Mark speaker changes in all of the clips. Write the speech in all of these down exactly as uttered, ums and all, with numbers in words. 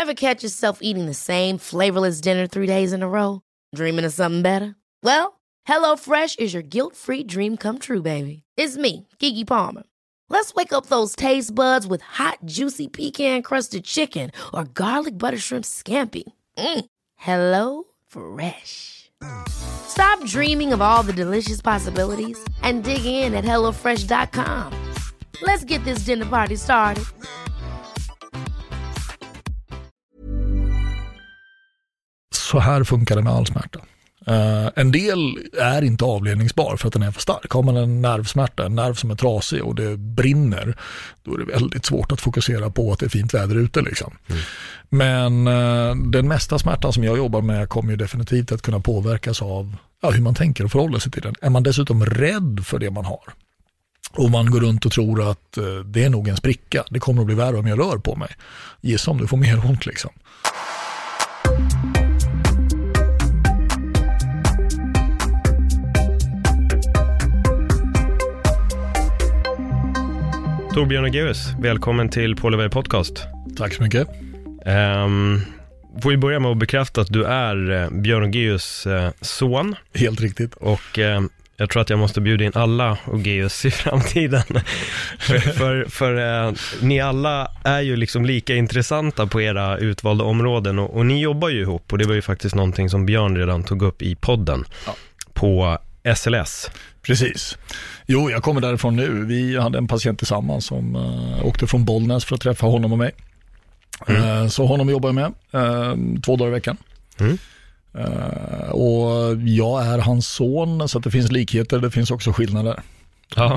Speaker 1: Ever catch yourself eating the same flavorless dinner three days in a row? Dreaming of something better? Well, HelloFresh is your guilt-free dream come true, baby. It's me, Keke Palmer. Let's wake up those taste buds with hot, juicy pecan-crusted chicken or garlic butter shrimp scampi. Mm. Hello Fresh. Stop dreaming of all the delicious possibilities and dig in at hello fresh dot com. Let's get this dinner party started.
Speaker 2: Så här funkar det med all smärta. Uh, en del är inte avledningsbar för att den är för stark. Har man en nervsmärta, en nerv som är trasig och det brinner, då är det väldigt svårt att fokusera på att det är fint väder ute liksom. Mm. Men uh, den mesta smärtan som jag jobbar med kommer ju definitivt att kunna påverkas av ja, hur man tänker och förhåller sig till den. Är man dessutom rädd för det man har och man går runt och tror att uh, det är nog en spricka, det kommer att bli värre om jag rör på mig, gissa om du får mer ont liksom.
Speaker 3: Torbjörn Ageus, välkommen till Paul och Way Podcast.
Speaker 2: Tack så mycket.
Speaker 3: Um, får vi börja med att bekräfta att du är uh, Björn Ageus uh, son.
Speaker 2: Helt riktigt.
Speaker 3: Och uh, jag tror att jag måste bjuda in alla Ageus i framtiden. för för, för uh, ni alla är ju liksom lika intressanta på era utvalda områden. Och, och ni jobbar ju ihop. Och det var ju faktiskt någonting som Björn redan tog upp i podden. Ja. På S L S.
Speaker 2: Precis. Jo, jag kommer därifrån nu. Vi hade en patient tillsammans som uh, åkte från Bollnäs för att träffa honom och mig. Mm. Uh, så honom jobbar jag med uh, två dagar i veckan. Mm. Uh, och jag är hans son, så att det finns likheter, det finns också skillnader. Ja.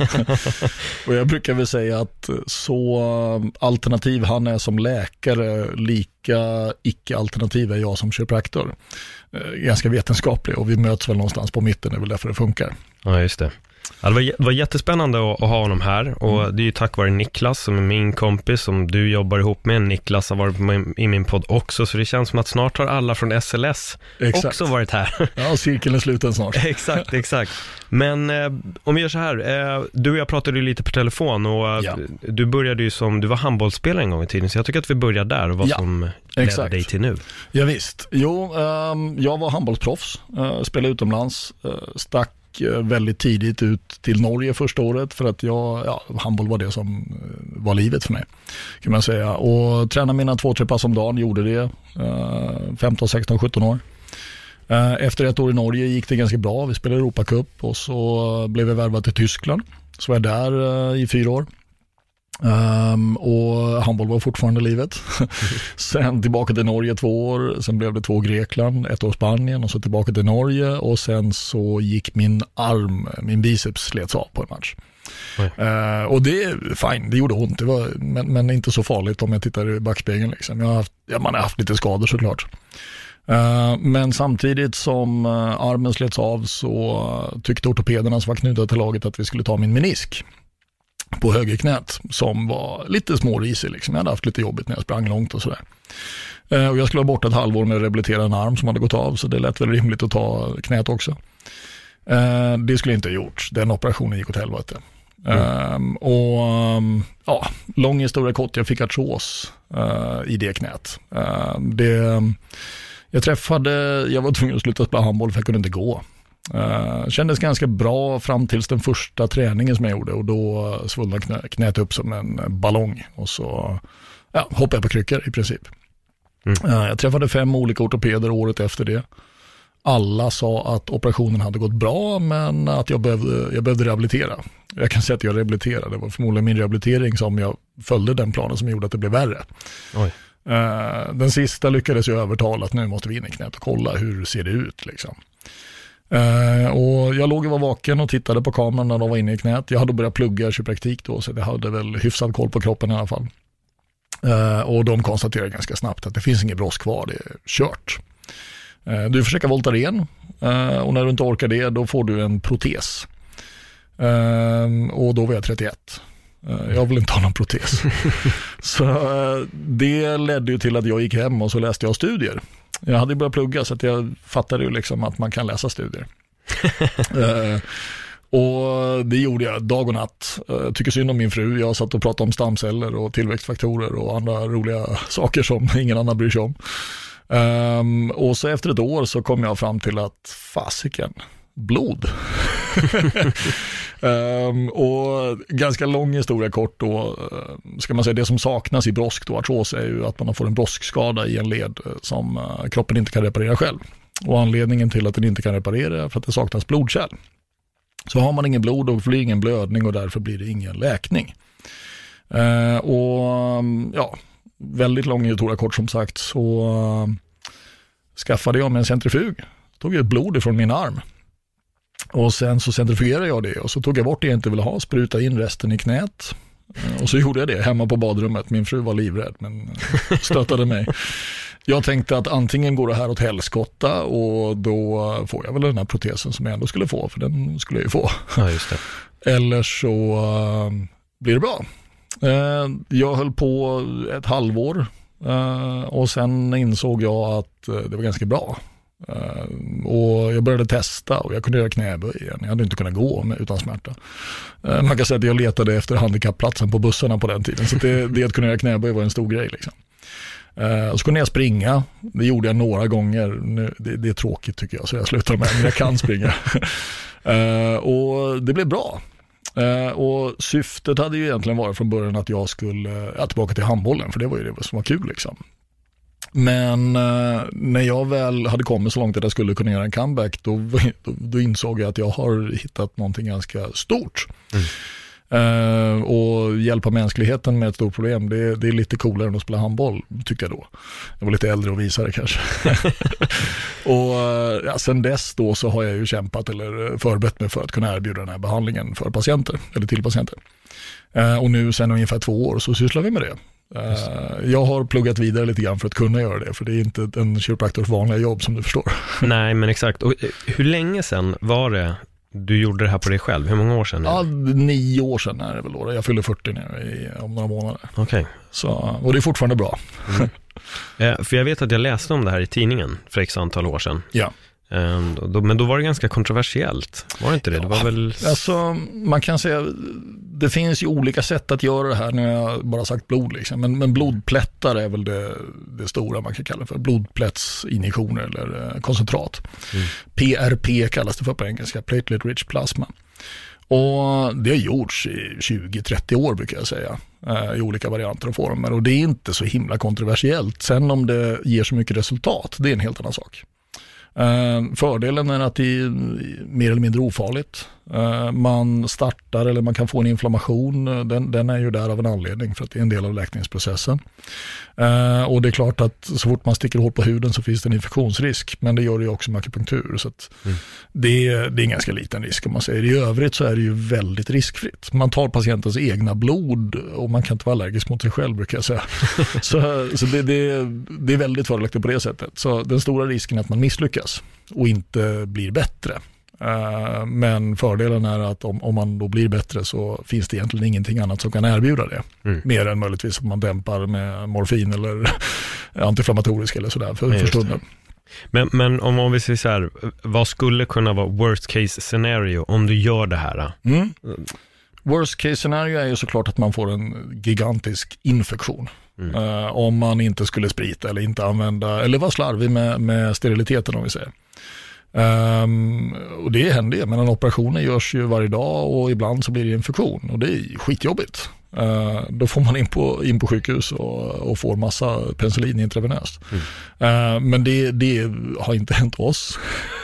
Speaker 2: Och jag brukar väl säga att så alternativ han är som läkare, lika icke-alternativ är jag som kiropraktor. Ganska vetenskaplig, och vi möts väl någonstans på mitten, det är väl därför det funkar.
Speaker 3: Ja, just det. Ja, det, var, det var jättespännande att, att ha honom här, och mm. det är ju tack vare Niklas som är min kompis som du jobbar ihop med. Niklas har varit med i min podd också, så det känns som att snart har alla från S L S exakt. Också varit här.
Speaker 2: Ja, cirkeln är sluten snart.
Speaker 3: exakt, exakt. Men eh, om vi gör så här, eh, du och jag pratade ju lite på telefon, och eh, ja. du började ju som, du var handbollsspelare en gång i tiden, så jag tycker att vi börjar där och vad ja, som
Speaker 2: exakt.
Speaker 3: ledde dig till nu.
Speaker 2: Ja, visst. Jo, eh, jag var handbollsproffs, eh, spelade utomlands, eh, stack väldigt tidigt ut till Norge första året för att jag, ja, handboll var det som var livet för mig, kan man säga. Och tränade mina två, tre pass om dagen, gjorde det eh, femton, sexton, sjutton år. Eh, efter ett år i Norge gick det ganska bra. Vi spelade Europacup och så blev jag värvad till Tyskland. Så var jag där eh, i fyra år. Um, och handboll var fortfarande livet. Sen tillbaka till Norge två år, sen blev det två Grekland, ett år Spanien och så tillbaka till Norge, och sen så gick min arm, min biceps slets av på en match. Uh, och det är fine, det gjorde ont, det var, men, men inte så farligt om jag tittar i backspegeln liksom. Jag har haft, ja, man har haft lite skador såklart. Uh, men samtidigt som uh, armen slets av så uh, tyckte ortopederna som var knutna till laget att vi skulle ta min menisk på högerknät, som var lite smårisig liksom. Jag hade haft lite jobbigt när jag sprang långt och sådär. Uh, och jag skulle ha bort ett halvår med att rehabilitera en arm som hade gått av, så det lät väl rimligt att ta knät också. Uh, det skulle inte ha gjorts. Den operationen gick åt helvete. Mm. Uh, och um, ja, lång historia kort, jag fick artros uh, i det knät. Uh, det, jag träffade, jag var tvungen att sluta spela handboll för jag kunde inte gå. Uh, kändes ganska bra fram tills den första träningen som jag gjorde, och då svullnade knä, knät upp som en ballong, och så ja, hoppade jag på kryckor i princip. Mm. Uh, jag träffade fem olika ortopeder året efter det. Alla sa att operationen hade gått bra, men att jag behövde, jag behövde rehabilitera. Jag kan säga att jag rehabiliterade. Det var förmodligen min rehabilitering som jag följde den planen som gjorde att det blev värre. Oj. Uh, den sista lyckades jag övertala att nu måste vi in i knät och kolla hur ser det ut liksom. Uh, och jag låg och var vaken och tittade på kameran när de var inne i knät. Jag hade börjat plugga kiropraktik då, så jag hade väl hyfsad koll på kroppen i alla fall. Uh, och de konstaterade ganska snabbt att det finns inget brosk kvar, det är kört. Uh, du försöker Voltaren, uh, och när du inte orkar det då får du en protes. Uh, och då var jag trettioett. Uh, jag vill inte ha någon protes. Så uh, det ledde ju till att jag gick hem och så läste jag studier. Jag hade börjat plugga, så att jag fattade ju liksom att man kan läsa studier. uh, Och det gjorde jag dag och natt. Jag tycker synd om min fru. Jag satt och pratade om stamceller och tillväxtfaktorer och andra roliga saker som ingen annan bryr sig om. Um, och så efter ett år så kom jag fram till att fasiken, blod. um, och ganska lång historia kort då, ska man säga, det som saknas i brosk då, artros, är ju att man får en broskskada i en led som uh, kroppen inte kan reparera själv. Och anledningen till att den inte kan reparera är för att det saknas blodkärl. Så har man ingen blod och blir ingen blödning och därför blir det ingen läkning. Uh, och um, ja, väldigt lång historia kort som sagt, så uh, skaffade jag mig en centrifug. Tog ett blod ifrån min arm. Och sen så centrifugerade jag det och så tog jag bort det jag inte ville ha, spruta in resten i knät. Och så gjorde jag det hemma på badrummet. Min fru var livrädd men stöttade mig. Jag tänkte att antingen går det här åt helskotta och då får jag väl den här protesen som jag ändå skulle få, för den skulle jag ju få.
Speaker 3: Ja, just det.
Speaker 2: Eller så uh, blir det bra. Uh, jag höll på ett halvår uh, och sen insåg jag att uh, det var ganska bra. Uh, och jag började testa och jag kunde göra knäböj igen. Jag hade inte kunnat gå med, utan smärta. Uh, man kan säga att jag letade efter handikappplatsen på bussarna på den tiden. Så det, det att kunna göra knäböj var en stor grej liksom. Uh, och så kunde jag springa. Det gjorde jag några gånger. Nu, det, det är tråkigt tycker jag, så jag slutar med, men jag kan springa. uh, och det blev bra. Uh, och syftet hade ju egentligen varit från början att jag skulle uh, tillbaka till handbollen, för det var ju det som var kul liksom. Men uh, när jag väl hade kommit så långt att jag skulle kunna göra en comeback, då, då, då insåg jag att jag har hittat någonting ganska stort. Mm. Uh, och hjälpa mänskligheten med ett stort problem, det, det är lite coolare än att spela handboll, tyckte jag då. Jag var lite äldre och visare kanske. och uh, ja, sen dess då så har jag ju kämpat eller förberett mig för att kunna erbjuda den här behandlingen för patienter, eller till patienter. Uh, och nu sen ungefär två år så sysslar vi med det. Uh, jag har pluggat vidare lite grann för att kunna göra det, för det är inte en kiropraktors vanliga jobb som du förstår. Nej,
Speaker 3: men exakt. Och hur länge sedan var det du gjorde det här på dig själv? Hur många år sedan?
Speaker 2: Ja, nio år sedan är det väl då. Jag fyller fyrtio nu i, om några månader.
Speaker 3: Okej.
Speaker 2: Okay. Och det är fortfarande bra.
Speaker 3: Mm. eh, för jag vet att jag läste om det här i tidningen för x antal år sedan.
Speaker 2: Ja.
Speaker 3: Eh, då, men då var det ganska kontroversiellt. Var det inte det? Det var väl...
Speaker 2: Alltså, man kan säga, det finns ju olika sätt att göra det här. Nu har jag bara sagt blod liksom. Men, men blodplättar är väl det, det stora man kan kalla det för. Blodplättsinjektioner eller eh, koncentrat. Mm. P R P kallas det för på engelska. Platelet Rich Plasma. Och det har gjorts i tjugo till trettio år brukar jag säga. Eh, I olika varianter och former. Och det är inte så himla kontroversiellt. Sen om det ger så mycket resultat, det är en helt annan sak. Uh, fördelen är att det är mer eller mindre ofarligt. Uh, man startar eller man kan få en inflammation. Den, den är ju där av en anledning, för att det är en del av läkningsprocessen. Uh, och det är klart att så fort man sticker hål på huden så finns det en infektionsrisk. Men det gör det ju också med akupunktur. Så att mm. det, är, det är en ganska liten risk om man säger. I övrigt så är det ju väldigt riskfritt. Man tar patientens egna blod och man kan inte vara allergisk mot sig själv brukar jag säga. så så det, det, det är väldigt fördelaktigt på det sättet. Så den stora risken är att man misslyckas och inte blir bättre. Uh, men fördelen är att om, om man då blir bättre så finns det egentligen ingenting annat som kan erbjuda det. Mm. Mer än möjligtvis att man dämpar med morfin eller antiinflammatorisk eller sådär för, för stunden.
Speaker 3: Men, men om, om vi säger så här, vad skulle kunna vara worst case scenario om du gör det här?
Speaker 2: Mm. Worst case scenario är ju såklart att man får en gigantisk infektion. Mm. Uh, om man inte skulle sprita eller inte använda, eller vara slarvig med, med steriliteten om vi säger. Um, och det händer ju, men en operation görs ju varje dag och ibland så blir det infektion och det är skitjobbigt. Uh, då får man in på, in på sjukhus och, och får massa penicillin intravenöst. Mm. Uh, men det, det har inte hänt oss.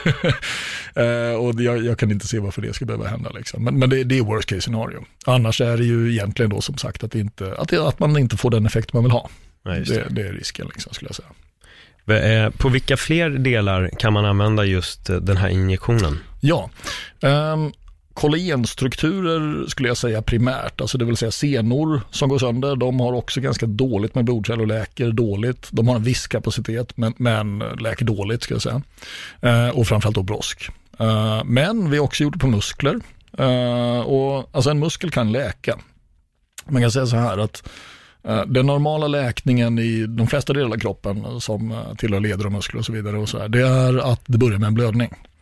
Speaker 2: uh, och jag, jag kan inte se varför det ska behöva hända. Liksom. Men, men det, det är worst case scenario. Annars är det ju egentligen då som sagt att, inte, att, det, att man inte får den effekt man vill ha. Ja, det. Det, det är risken liksom, skulle jag säga.
Speaker 3: På vilka fler delar kan man använda just den här injektionen?
Speaker 2: Ja, um, kollagenstrukturer skulle jag säga primärt, alltså det vill säga senor som går sönder, de har också ganska dåligt med blodkärl och läker dåligt. De har en viss kapacitet men, men läker dåligt ska jag säga. Uh, och framförallt då brosk. Uh, men vi har också gjort det på muskler. Uh, och, alltså en muskel kan läka. Man kan säga så här att den normala läkningen i de flesta delar av kroppen som tillhör leder och muskler och så vidare och så här, det är att det börjar med en blödning.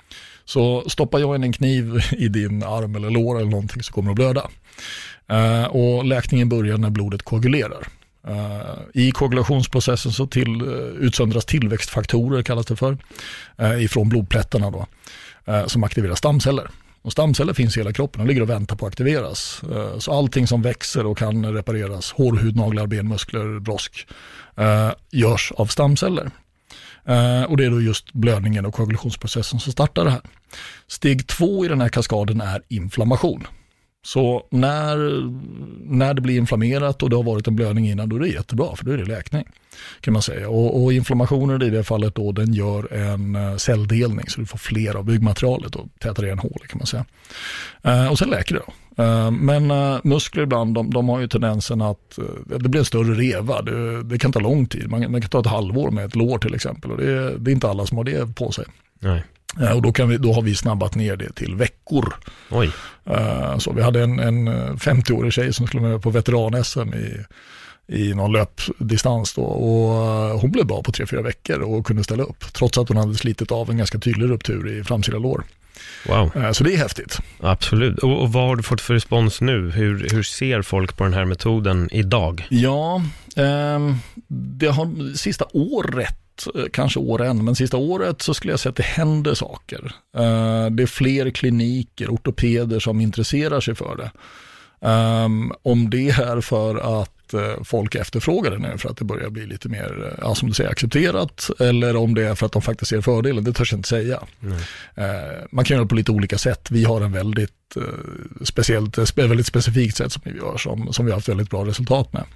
Speaker 2: Så stoppar jag in en kniv i din arm eller lår eller någonting så kommer det att blöda. Uh, och läkningen börjar när blodet koagulerar. Uh, I koagulationsprocessen så till, uh, utsöndras tillväxtfaktorer, kallas det för, uh, ifrån blodplättarna då, uh, som aktiverar stamceller. Och stamceller finns i hela kroppen och ligger och väntar på att aktiveras. Uh, så allting som växer och kan repareras, hår, hud, naglar, ben, muskler, brosk, uh, görs av stamceller. Uh, och det är då just blödningen och koagulationsprocessen som startar det här. Steg två i den här kaskaden är inflammation. Så när, när det blir inflammerat och det har varit en blödning innan, då är det jättebra, för då är det läkning kan man säga. Och, och inflammationen i det fallet då, den gör en celldelning så du får fler av byggmaterialet och tätar igen hål kan man säga. Uh, och sen läker det då. Uh, men uh, muskler ibland, de, de har ju tendensen att uh, det blir en större reva. Det, det kan ta lång tid. Man, man kan ta ett halvår med ett lår till exempel och det, det är inte alla som har det på sig. Nej. Uh, och då, kan vi, då har vi snabbat ner det till veckor.
Speaker 3: Oj.
Speaker 2: Uh, så vi hade en, en femtio-årig tjej som skulle med på veteran-S M i i någon löpdistans då, och hon blev bra på tre fyra veckor och kunde ställa upp trots att hon hade slitit av en ganska tydlig ruptur i framsida lår.
Speaker 3: Wow.
Speaker 2: Så det är häftigt.
Speaker 3: Absolut. Och, och vad har du fått för respons nu? Hur, hur ser folk på den här metoden idag?
Speaker 2: Ja, eh, det har sista året, kanske åren, men sista året så skulle jag säga att det händer saker. Eh, det är fler kliniker, ortopeder som intresserar sig för det. Um, om det är för att uh, folk efterfrågar det nu för att det börjar bli lite mer, ja, som du säger, accepterat, eller om det är för att de faktiskt ser fördelen, det törs jag inte säga. Mm. Uh, man kan göra det på lite olika sätt. Vi har en väldigt uh, speciellt, spe, väldigt specifikt sätt som vi gör, som, som vi har haft väldigt bra resultat med.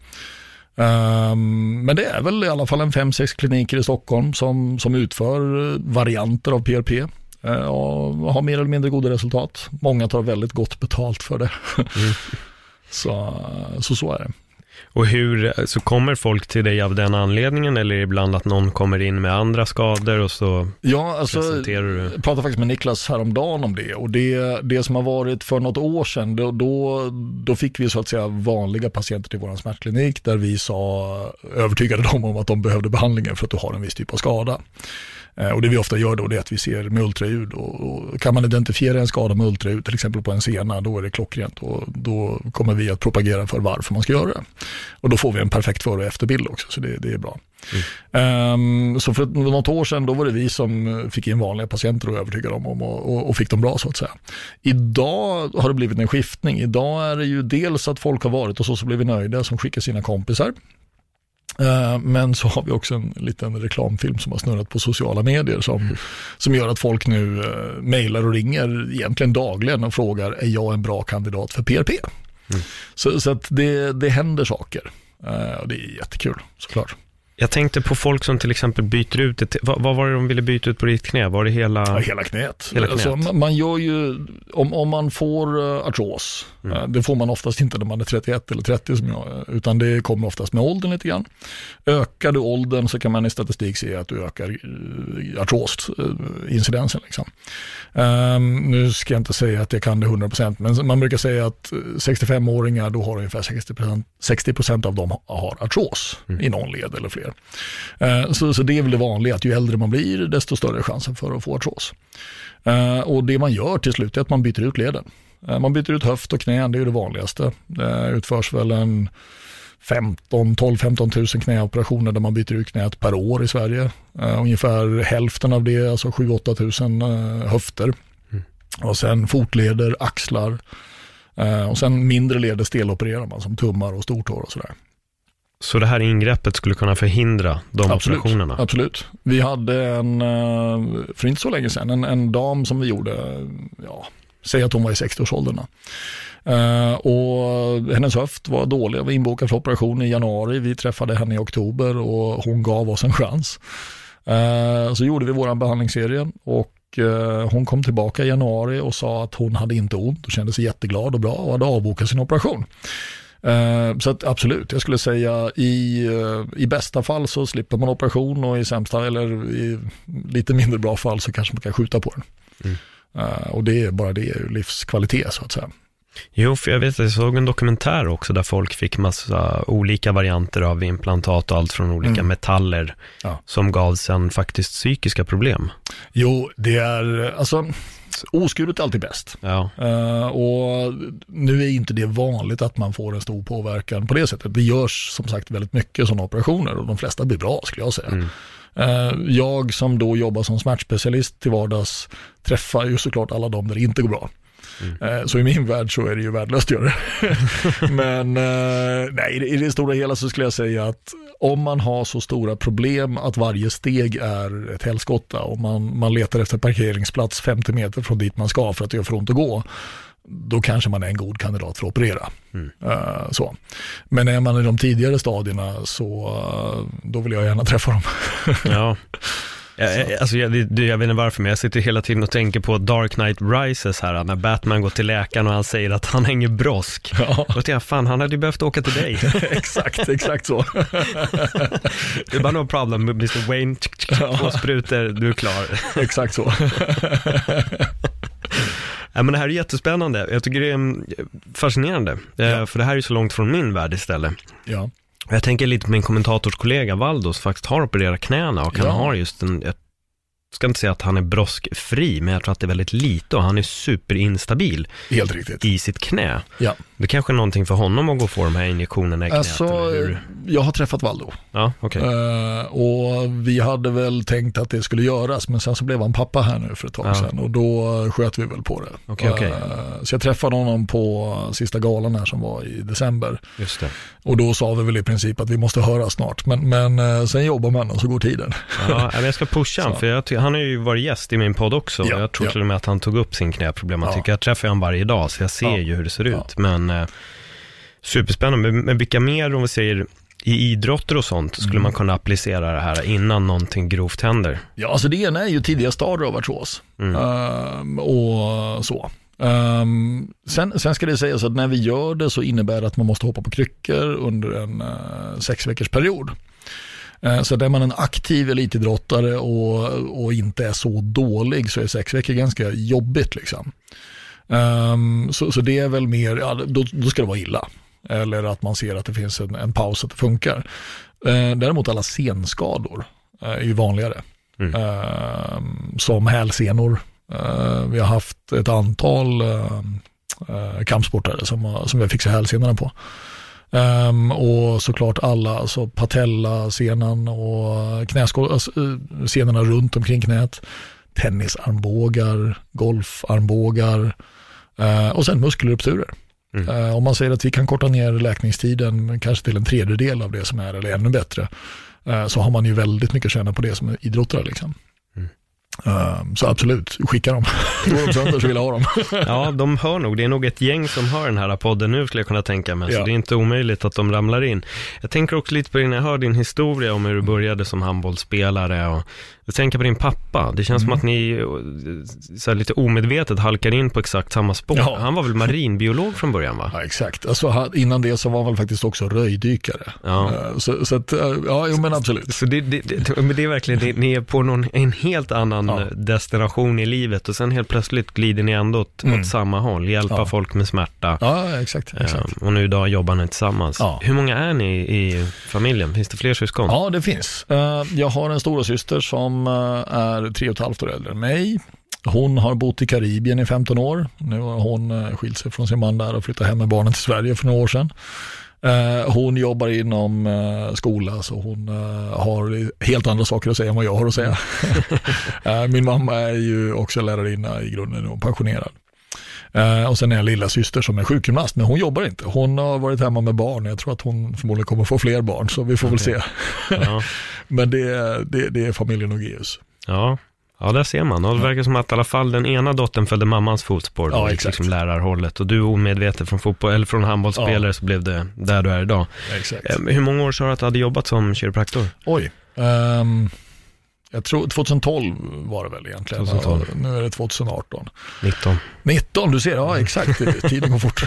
Speaker 2: Um, men det är väl i alla fall en fem sex kliniker i Stockholm som, som utför varianter av P R P. Och har mer eller mindre goda resultat. Många tar väldigt gott betalt för det. Mm. så, så så är det.
Speaker 3: Och hur, så kommer folk till dig av den anledningen, eller ibland att någon kommer in med andra skador och så
Speaker 2: ja, alltså,
Speaker 3: presenterar du?
Speaker 2: Jag pratade faktiskt med Niklas häromdagen om det, och det, det som har varit för något år sedan, då, då, då fick vi så att säga vanliga patienter till vår smärtklinik där vi sa, övertygade dem om att de behövde behandlingen för att du har en viss typ av skada. Och det vi ofta gör då, det är att vi ser med ultraljud, och, och kan man identifiera en skada med ultraljud till exempel på en sena, då är det klockrent, och då kommer vi att propagera för varför man ska göra det. Och då får vi en perfekt före- och efterbild också, så det, det är bra. Mm. Um, så för något år sedan då var det vi som fick in vanliga patienter och övertygade dem om och, och, och fick dem bra så att säga. Idag har det blivit en skiftning. Idag är det ju dels att folk har varit och så, så blir vi nöjda som skickar sina kompisar. Uh, men så har vi också en liten reklamfilm som har snurrat på sociala medier som, mm. som gör att folk nu uh, mejlar och ringer egentligen dagligen och frågar, är jag en bra kandidat för P R P? Mm. Så, så att det, det händer saker, uh, och det är jättekul såklart.
Speaker 3: Jag tänkte på folk som till exempel byter ut ett, vad, vad var det de ville byta ut på ditt knä? Var det hela...
Speaker 2: Ja, hela knät.
Speaker 3: Hela knät.
Speaker 2: Alltså, man gör ju, om, om man får uh, artros, mm. uh, det får man oftast inte när man är trettioett eller trettio som jag, utan det kommer oftast med åldern lite grann. Ökar du åldern så kan man i statistik se att du ökar uh, artros-incidensen. Uh, liksom. um, nu ska jag inte säga att jag kan det hundra procent, men man brukar säga att sextiofem-åringar, då har ungefär sextio procent av dem har artros mm. i någon led eller fler. Så, så det är väl det vanliga, att ju äldre man blir desto större chansen för att få artros. Och det man gör till slut är att man byter ut leden. Man byter ut höft och knä, det är det vanligaste. Det utförs väl en femton, tolv femton tusen knäoperationer där man byter ut knät per år i Sverige. Ungefär hälften av det, alltså sju åtta tusen höfter. Mm. Och sen fotleder, axlar. Och sen mindre leder stelopererar man som tummar och stortår och sådär.
Speaker 3: Så det här ingreppet skulle kunna förhindra de
Speaker 2: absolut,
Speaker 3: operationerna? Absolut.
Speaker 2: Vi hade en, för inte så länge sedan, en, en dam som vi gjorde, ja, säg att hon var i sextio-årsåldern. Uh, och hennes höft var dålig, jag var inbokad för operation i januari. Vi träffade henne i oktober och hon gav oss en chans. Uh, så gjorde vi våran behandlingsserie och uh, hon kom tillbaka i januari och sa att hon hade inte ont och kände sig jätteglad och bra och hade avbokat sin operation. Uh, så att absolut, jag skulle säga i, uh, i bästa fall så slipper man operation, och i sämsta eller i lite mindre bra fall så kanske man kan skjuta på den. Mm. Uh, och det är bara det är livskvalitet så att säga.
Speaker 3: Jo, för jag vet att jag såg en dokumentär också där folk fick massa olika varianter av implantat och allt från olika mm. metaller ja. som gav sen faktiskt psykiska problem.
Speaker 2: Jo, det är alltså Oskuret är alltid bäst.
Speaker 3: Ja.
Speaker 2: Uh, och nu är inte det vanligt att man får en stor påverkan på det sättet. Det görs som sagt väldigt mycket sådana operationer och de flesta blir bra skulle jag säga. Mm. Uh, jag som då jobbar som smärtspecialist till vardags träffar ju såklart alla de där det inte går bra. Mm. Så i min värld så är det ju värdelöst att göra det. Men nej, i det stora hela så skulle jag säga att om man har så stora problem att varje steg är ett helskotta och man, man letar efter parkeringsplats femtio meter från dit man ska för att det gör för ont att gå, då kanske man är en god kandidat för att operera. Mm. Uh, så. Men är man i de tidigare stadierna så uh, då vill jag gärna träffa dem. Ja.
Speaker 3: Jag, alltså jag, det, jag vet inte varför, men jag sitter hela tiden och tänker på Dark Knight Rises här, när Batman går till läkaren och han säger att han hänger brosk. Ja. Och jag, fan, han hade ju behövt åka till dig.
Speaker 2: Exakt, exakt så.
Speaker 3: Det är bara no problem, mister Wayne, två sprutor, du är klar.
Speaker 2: Exakt så.
Speaker 3: Ja, men det här är jättespännande. Jag tycker det är fascinerande. Ja. För det här är så långt från min värld istället. Ja. Jag tänker lite på min kommentatorskollega Valdo som faktiskt har opererat knäna och han ja. har just en, jag ska inte säga att han är broskfri, men jag tror att det är väldigt lite och han är superinstabil.
Speaker 2: Helt riktigt.
Speaker 3: I sitt knä.
Speaker 2: Ja.
Speaker 3: Det är kanske är någonting för honom att gå och få de här injektionerna i knät.
Speaker 2: Alltså, jag har träffat Valdo.
Speaker 3: Ja, okej. Okay.
Speaker 2: Uh, och vi hade väl tänkt att det skulle göras, men sen så blev han pappa här nu för ett tag ja. sedan och då sköt vi väl på det.
Speaker 3: Okay, okay.
Speaker 2: Uh, så jag träffade honom på sista galan här som var i december.
Speaker 3: Just det.
Speaker 2: Och då sa vi väl i princip att vi måste höra snart, men, men uh, sen jobbar man och så går tiden.
Speaker 3: Ja, men jag ska pusha han, för jag ty- han har ju varit gäst i min podd också. Ja, jag tror ja. till och med att han tog upp sin knäproblematik. Ja. Jag träffar honom varje dag så jag ser ja. ju hur det ser ut. Ja. Men eh, superspännande. Men, men vilka mer, om vi säger i idrotter och sånt, skulle mm. man kunna applicera det här innan någonting grovt händer?
Speaker 2: Ja, alltså det ena är ju tidiga stadier av artros. Mm. Uh, och så. Um, sen, sen ska det sägas att när vi gör det så innebär det att man måste hoppa på kryckor under en uh, sex veckors period. Så är man en aktiv elitidrottare och, och inte är så dålig så är sex veckor ganska jobbigt liksom. Um, så, så det är väl mer, ja, då, då ska det vara illa. Eller att man ser att det finns en, en paus, att det funkar. Uh, däremot alla senskador uh, är ju vanligare. Mm. Uh, som hälsenor. Uh, vi har haft ett antal uh, uh, kampsportare som, som vi fixar hälsenorna på. Um, och såklart alla, alltså patella-senan och knäskål, alltså, senorna runt omkring knät, tennisarmbågar, golfarmbågar uh, och sen muskelrupturer. Mm. Uh, om man säger att vi kan korta ner läkningstiden kanske till en tredjedel av det som är, eller ännu bättre, uh, så har man ju väldigt mycket att tjäna på det som idrottare liksom. Uh, så absolut, skicka dem. Går de sönder så vill jag ha dem.
Speaker 3: Ja, de hör nog. Det är nog ett gäng som hör den här podden nu, skulle jag kunna tänka mig. Ja. Så det är inte omöjligt att de ramlar in. Jag tänker också lite på din, jag hör din historia om hur du började som handbollsspelare och jag tänker på din pappa. Det känns mm. som att ni så här, lite omedvetet halkar in på exakt samma spår. Ja. Han var väl marinbiolog från början, va?
Speaker 2: Ja, exakt. Alltså, innan det så var han väl faktiskt också röjdykare. Ja. Så, så att, ja, jo, men absolut.
Speaker 3: Så det, det, det, men det är verkligen, det, ni är på någon, en helt annan ja. destination i livet och sen helt plötsligt glider ni ändå åt, mm. åt samma håll. Hjälpa ja. folk med smärta.
Speaker 2: Ja, exakt. exakt.
Speaker 3: Och nu idag jobbar ni tillsammans. Ja. Hur många är ni i familjen? Finns det fler syskon?
Speaker 2: Ja, det finns. Jag har en stora syster som är tre och ett halvt år äldre än mig. Hon har bott i Karibien i femton år. Nu har hon skilt sig från sin man där och flyttat hem med barnen till Sverige för några år sedan. Hon jobbar inom skola så hon har helt andra saker att säga än vad jag har att säga. Min mamma är ju också lärarinna i grunden och pensionerad. Uh, och sen är jag lilla syster som är sjukgymnast, men hon jobbar inte. Hon har varit hemma med barn. Jag tror att hon förmodligen kommer få fler barn, så vi får okay. väl se. Ja. Men det, det, det är familjen Nogeus.
Speaker 3: Ja. Ja, där ser man. Och det verkar som att i alla fall den ena dottern följde mammans fotspår.
Speaker 2: Ja,
Speaker 3: exakt. Liksom lärarhållet. Och du omedvetet från fotboll eller från handbollsspelare ja. så blev det där du är idag.
Speaker 2: Exakt.
Speaker 3: Hur många år sa du att du hade jobbat som kiropraktor?
Speaker 2: Oj. Um... Jag tror tjugotolv var det väl egentligen. tjugotolv. Nu är det tjugoarton.
Speaker 3: nitton.
Speaker 2: nitton, du ser. Ja, exakt. Tiden går fort.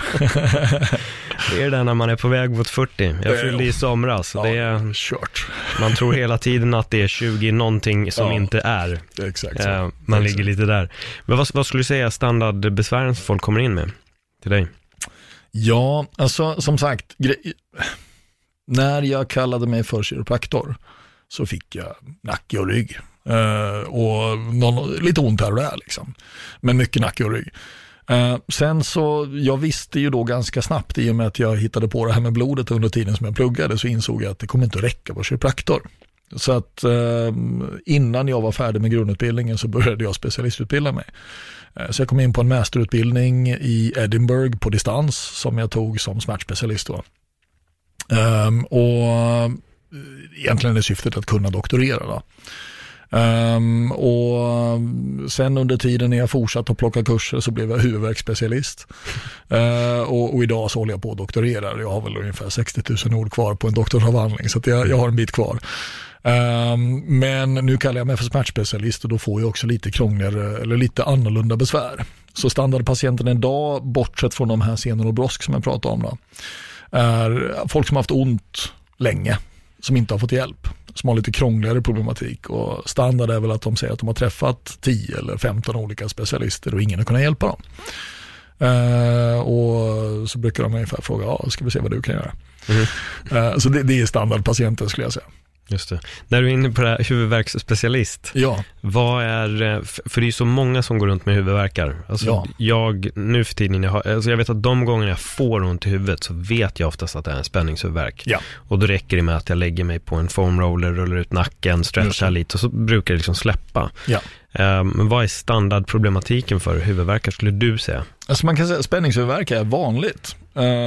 Speaker 3: Det är det när man är på väg mot fyrtio. Jag fyllde i somras.
Speaker 2: Ja,
Speaker 3: det är
Speaker 2: kört.
Speaker 3: Man tror hela tiden att det är tjugo någonting som ja, inte är.
Speaker 2: Exakt så.
Speaker 3: Man exakt. ligger lite där. Men vad, vad skulle du säga standardbesvären som folk kommer in med till dig?
Speaker 2: Ja, alltså som sagt, gre- när jag kallade mig för kiropraktor så fick jag nacke och rygg. Uh, och någon, lite ont här och där liksom. Men mycket nacke och rygg. Uh, sen så, jag visste ju då ganska snabbt, i och med att jag hittade på det här med blodet under tiden som jag pluggade, så insåg jag att det kommer inte att räcka på kiropraktor. Så att uh, innan jag var färdig med grundutbildningen så började jag specialistutbilda mig. Uh, så jag kom in på en masterutbildning i Edinburgh på distans som jag tog som smärtspecialist då. Um, och egentligen är syftet att kunna doktorera då. Um, och sen under tiden när jag fortsatt att plocka kurser så blev jag huvudvärksspecialist. uh, och, och idag så håller jag på att doktorera. Jag har väl ungefär sextio tusen ord kvar på en doktorsavhandling, så att jag, jag har en bit kvar. Um, men nu kallar jag mig för smärtspecialist, och då får jag också lite krångligare eller lite annorlunda besvär. Så standardpatienten idag, bortsett från de här senor och brosk som jag pratade om då, är folk som har haft ont länge, som inte har fått hjälp, som har lite krångligare problematik, och standard är väl att de säger att de har träffat tio eller femton olika specialister och ingen har kunnat hjälpa dem. Uh, och så brukar de ungefär fråga, ja, ska vi se vad du kan göra. Mm. Uh, så det, det är standardpatienten, skulle jag säga.
Speaker 3: Just det. När du är inne på det här, huvudvärksspecialist,
Speaker 2: ja. Vad
Speaker 3: är, för det är ju så många som går runt med huvudvärkar. Alltså ja. jag, nu för tiden, jag, har, alltså jag vet att de gånger jag får ont i huvudet så vet jag oftast att det är en spänningshuvudvärk. Ja. Och då räcker det med att jag lägger mig på en foam roller, rullar ut nacken, stretchar lite, och så brukar det liksom släppa. Ja. Um, men vad är standardproblematiken för huvudvärkar, skulle du säga?
Speaker 2: Alltså man kan säga att spänningshuvudvärk är vanligt.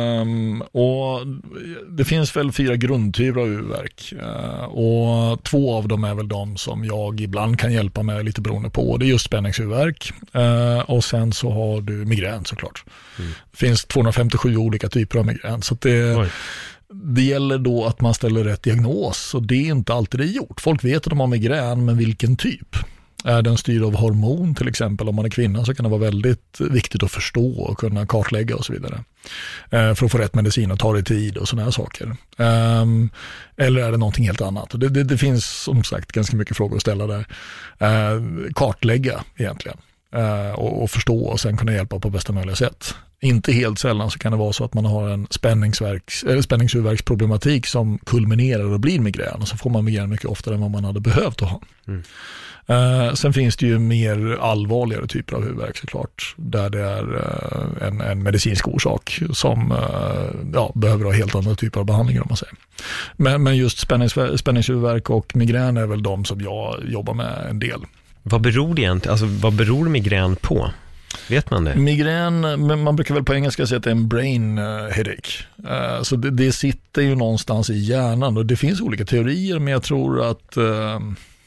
Speaker 2: Um, och det finns väl fyra grundtyper av huvudvärk. Uh, och två av dem är väl de som jag ibland kan hjälpa med lite beroende på. Det är just spänningshuvudvärk. Uh, och sen så har du migrän såklart. Mm. Det finns tvåhundrafemtiosju olika typer av migrän. Så att det... Oj. Det gäller då att man ställer rätt diagnos, och det är inte alltid det är gjort. Folk vet att de har migrän, men vilken typ? Är den styrd av hormon till exempel? Om man är kvinna så kan det vara väldigt viktigt att förstå och kunna kartlägga och så vidare. Eh, för att få rätt medicin och ta det tid och sådana här saker. Eh, eller är det någonting helt annat? Det, det, det finns som sagt ganska mycket frågor att ställa där. Eh, kartlägga egentligen. Eh, och, och förstå och sen kunna hjälpa på bästa möjliga sätt. Inte helt sällan så kan det vara så att man har en spänningsverks, eller spänningshuvudvärksproblematik som kulminerar och blir migrän, och så får man migrän mycket oftare än vad man hade behövt att ha. Mm. Uh, sen finns det ju mer allvarligare typer av huvudvärk såklart, där det är uh, en, en medicinsk orsak som uh, ja, behöver ha helt andra typer av behandlingar, om man säger. Men, men just spännings, spänningshuvudvärk och migrän är väl de som jag jobbar med en del.
Speaker 3: Vad beror det egentligen? Alltså, vad beror migrän på? Vet man det?
Speaker 2: Migrän, man brukar väl på engelska säga att det är en brain headache. Uh, så det, det sitter ju någonstans i hjärnan, och det finns olika teorier, men jag tror att uh,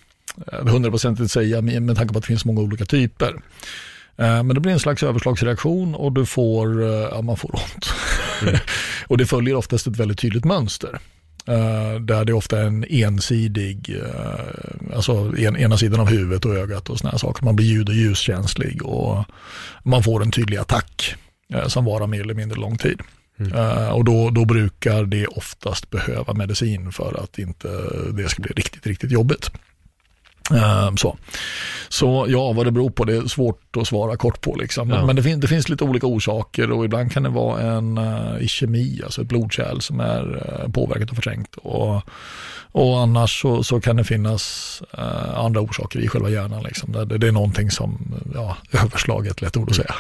Speaker 2: hundra procent säga med tanke på att det finns många olika typer. Uh, men det blir en slags överslagsreaktion, och du får, uh, ja, man får ont. Mm. Och det följer oftast ett väldigt tydligt mönster. Uh, där det ofta är en ensidig, uh, alltså en, ena sidan av huvudet och ögat och såna här saker. Man blir ljud- och ljuskänslig, och man får en tydlig attack uh, som varar mer eller mindre lång tid. Mm. Uh, och då, då brukar det oftast behöva medicin för att inte det ska bli riktigt, riktigt jobbigt. Uh, så. så ja, vad det beror på, det är svårt att svara kort på liksom. Ja. Men det, fin- det finns lite olika orsaker, och ibland kan det vara en uh, ischemi, alltså ett blodkärl som är uh, påverkat och förträngt, och, och annars så, så kan det finnas uh, andra orsaker i själva hjärnan liksom. det, det är någonting som, ja, överslaget lätt ord att säga.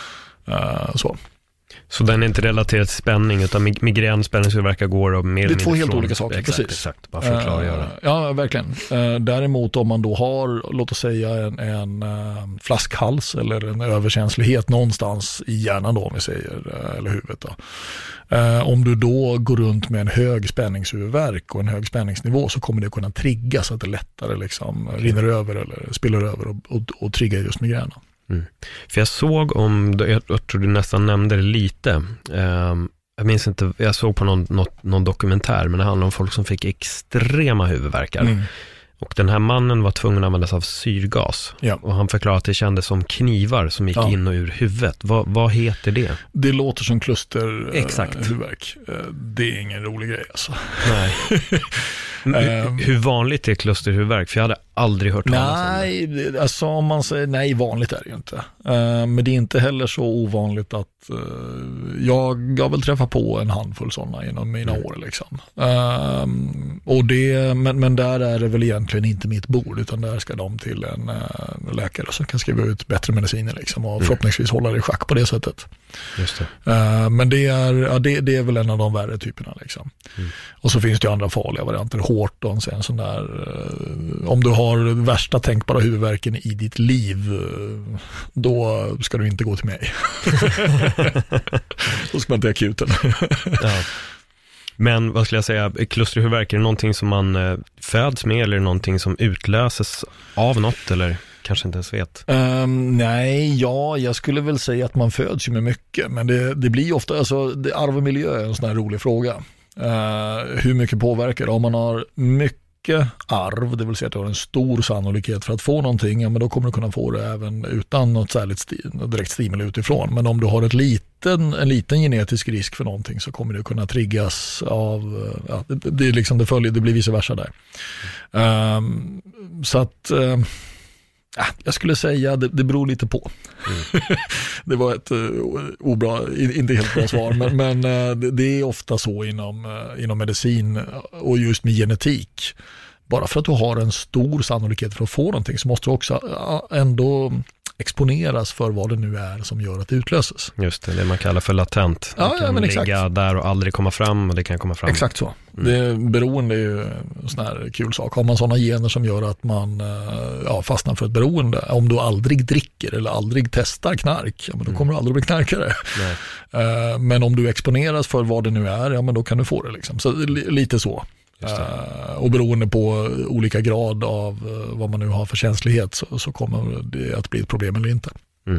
Speaker 2: Uh, så.
Speaker 3: Så den är inte relaterad till spänning, utan migrän, spänningshuvudvärk går och mer.
Speaker 2: Det är två helt olika saker,
Speaker 3: exakt,
Speaker 2: precis.
Speaker 3: Exakt, bara för att klargöra. Uh,
Speaker 2: ja, verkligen. Uh, däremot om man då har, låt oss säga en, en uh, flaskhals eller en överkänslighet någonstans i hjärnan då, om vi säger, uh, eller huvudet då. Uh, om du då går runt med en hög spänningshuvudvärk och en hög spänningsnivå, så kommer det kunna trigga så att det lättare liksom rinner över eller spiller över och, och, och triggar just migränen.
Speaker 3: Mm. För jag såg om, jag, jag tror du nästan nämnde det lite, um, jag minns inte, jag såg på någon, något, någon dokumentär, men det handlar om folk som fick extrema huvudvärkar. Mm. Och den här mannen var tvungen att använda sig av syrgas. Ja. Och han förklarade att det kändes som knivar som gick ja. in och ur huvudet. Vad, vad heter det?
Speaker 2: Det låter som kluster. Exakt. Uh, huvudvärk. Uh, det är ingen rolig grej alltså.
Speaker 3: Nej. Hur, hur vanligt är klusterhuvudvärk? För jag hade aldrig hört talas om det.
Speaker 2: Nej, alltså om man säger nej, vanligt är det ju inte. Uh, men det är inte heller så ovanligt att uh, jag har väl träffat på en handfull sådana inom mina mm. år liksom. Uh, och det, men, men där är det väl egentligen inte mitt bord, utan där ska de till en uh, läkare som kan skriva ut bättre mediciner liksom, och mm. förhoppningsvis hålla det i schack på det sättet.
Speaker 3: Just det.
Speaker 2: Uh, men det är, ja, det, det är väl en av de värre typerna liksom. Mm. Och så finns det ju andra farliga varianter. Hårton, en sån där, uh, om du har värsta tänkbara huvudvärken i ditt liv, uh, då ska du inte gå till mig. Då ska man till akuten.
Speaker 3: Ja. Men vad skulle jag säga, klusterhuvudvärk, är det någonting som man uh, föds med, eller är det någonting som utlöses av något, eller kanske inte ens vet?
Speaker 2: Um, nej, ja, jag skulle väl säga att man föds ju med mycket, men det, det blir ju ofta, alltså det, arv och miljö är en sån här rolig fråga. Uh, hur mycket påverkar det? Om man har mycket arv, det vill säga att du har en stor sannolikhet för att få någonting, ja, men då kommer du kunna få det även utan något särskilt sti- direkt stimuli utifrån. Men om du har ett liten, en liten genetisk risk för någonting, så kommer det kunna triggas av, ja, det, det, är liksom, det, följer, det blir vice versa där. Um, så att uh, ja, jag skulle säga det, det beror lite på. Mm. Det var ett uh, obra, inte helt bra svar, men, men uh, det, det är ofta så inom, uh, inom medicin och just med genetik. Bara för att du har en stor sannolikhet för att få någonting, så måste du också uh, ändå exponeras för vad det nu är som gör att det utlöses.
Speaker 3: Just det, det man kallar för latent. Det
Speaker 2: ja,
Speaker 3: kan
Speaker 2: ja, men
Speaker 3: ligga
Speaker 2: exakt.
Speaker 3: där och aldrig komma fram, och det kan komma fram.
Speaker 2: Exakt så.
Speaker 3: Mm.
Speaker 2: Det, beroende är ju en sån här kul sak. Har man sådana gener som gör att man ja, fastnar för ett beroende, om du aldrig dricker eller aldrig testar knark, ja, men då kommer mm. du aldrig bli knarkare. Nej. Men om du exponeras för vad det nu är, ja, men då kan du få det liksom. Så lite så. Uh, och beroende på olika grad av uh, vad man nu har för känslighet, så, så kommer det att bli ett problem eller inte.
Speaker 3: Mm.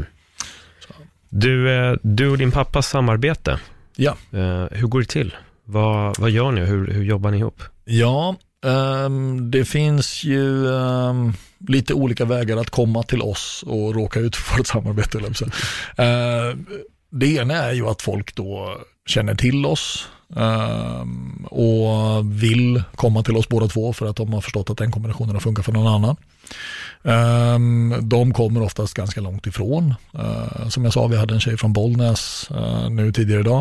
Speaker 3: Du, eh, du och din pappas samarbete,
Speaker 2: ja.
Speaker 3: eh, hur går det till? Vad, vad gör ni? Hur, hur jobbar ni ihop?
Speaker 2: Ja, um, det finns ju um, lite olika vägar att komma till oss och råka ut för ett samarbete. uh, det ena är ju att folk då känner till oss Um, och vill komma till oss båda två, för att de har förstått att den kombinationen har funkat för någon annan. Um, de kommer oftast ganska långt ifrån. Uh, som jag sa, vi hade en tjej från Bollnäs uh, nu tidigare idag.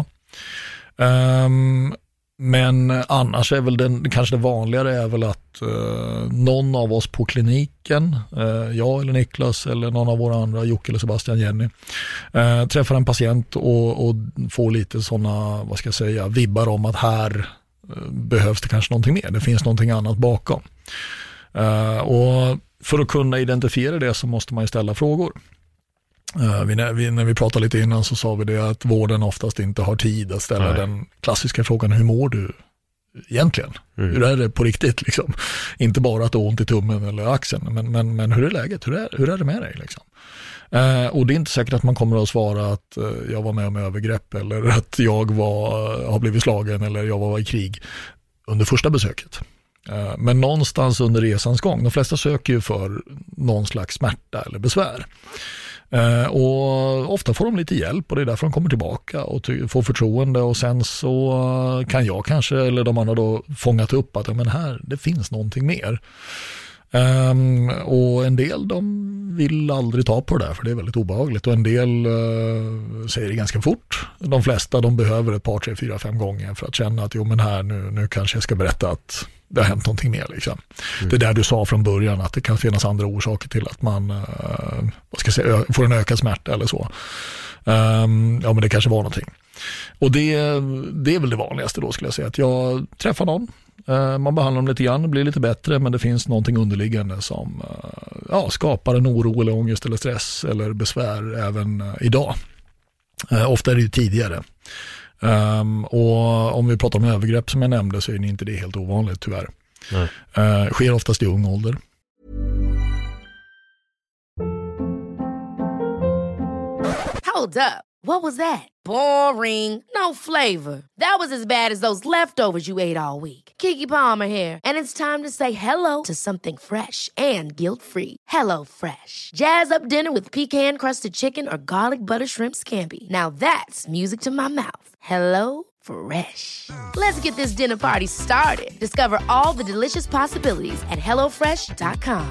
Speaker 2: Um, men annars är väl den, kanske det vanligare är väl att uh, någon av oss på kliniken, uh, jag eller Niklas eller någon av våra andra, Jocke eller Sebastian, Jenny, uh, träffar en patient och, och får lite sådana, vad ska jag säga, vibbar om att här uh, behövs det kanske någonting mer. Det finns någonting annat bakom. Uh, och för att kunna identifiera det så måste man ju ställa frågor. Uh, vi, när, vi, när vi pratade lite innan så sa vi det att vården oftast inte har tid att ställa Nej. den klassiska frågan, hur mår du egentligen? Mm. Hur är det på riktigt liksom? Inte bara att du har ont i tummen eller axeln, men, men, men hur är läget? Hur är, hur är det med dig liksom? Uh, och det är inte säkert att man kommer att svara att uh, jag var med om övergrepp, eller att jag var, uh, har blivit slagen, eller jag var i krig under första besöket. Uh, men någonstans under resans gång, de flesta söker ju för någon slags smärta eller besvär. Uh, och ofta får de lite hjälp, och det är därför de kommer tillbaka och ty- får förtroende, och sen så uh, kan jag kanske, eller de andra då, fångat upp att ja, men här, det finns någonting mer. Um, och en del de vill aldrig ta på det där, för det är väldigt obehagligt, och en del uh, säger det ganska fort. De flesta de behöver ett par, tre, fyra, fem gånger för att känna att jo men här nu, nu kanske jag ska berätta att det har hänt någonting mer liksom. Mm. Det där du sa från början, att det kan finnas andra orsaker till att man uh, vad ska jag säga, ö- får en ökad smärta eller så. Um, ja men det kanske var någonting. Och det, det är väl det vanligaste då, skulle jag säga, att jag träffar någon, uh, man behandlar dem lite grann, blir lite bättre, men det finns någonting underliggande som uh, ja, skapar en oro eller ångest eller stress eller besvär även uh, idag. Uh, ofta är det ju tidigare. Um, och om vi pratar om övergrepp som jag nämnde, så är det inte det helt ovanligt tyvärr. Uh, sker oftast i ung ålder.
Speaker 1: Hold up. What was that? Boring. No flavor. That was as bad as those leftovers you ate all week. Keke Palmer here, and it's time to say hello to something fresh and guilt-free. Hello Fresh. Jazz up dinner with pecan-crusted chicken or garlic butter shrimp scampi. Now that's music to my mouth. Hello Fresh. Let's get this dinner party started. Discover all the delicious possibilities at hello fresh dot com.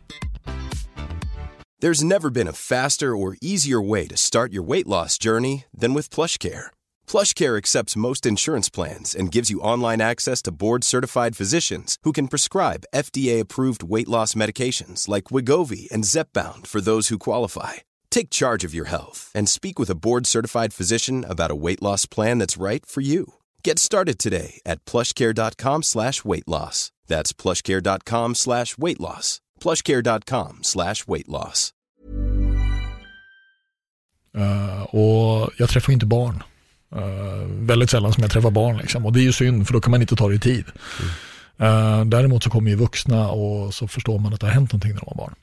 Speaker 4: There's never been a faster or easier way to start your weight loss journey than with PlushCare. PlushCare accepts most insurance plans and gives you online access to board-certified physicians who can prescribe F D A-approved weight loss medications like Wegovy and Zepbound for those who qualify. Take charge of your health and speak with a board-certified physician about a weight loss plan that's right for you. Get started today at plushcare.com slash weight loss. That's plushcare.com slash weight loss. plushcare.com slash weight loss.
Speaker 2: Uh, och jag träffar inte barn. Uh, väldigt sällan som jag träffar barn liksom. Och det är ju synd, för då kan man inte ta det i tid. Mm. Uh, däremot så kommer ju vuxna och så förstår man att det har hänt någonting när de var barn.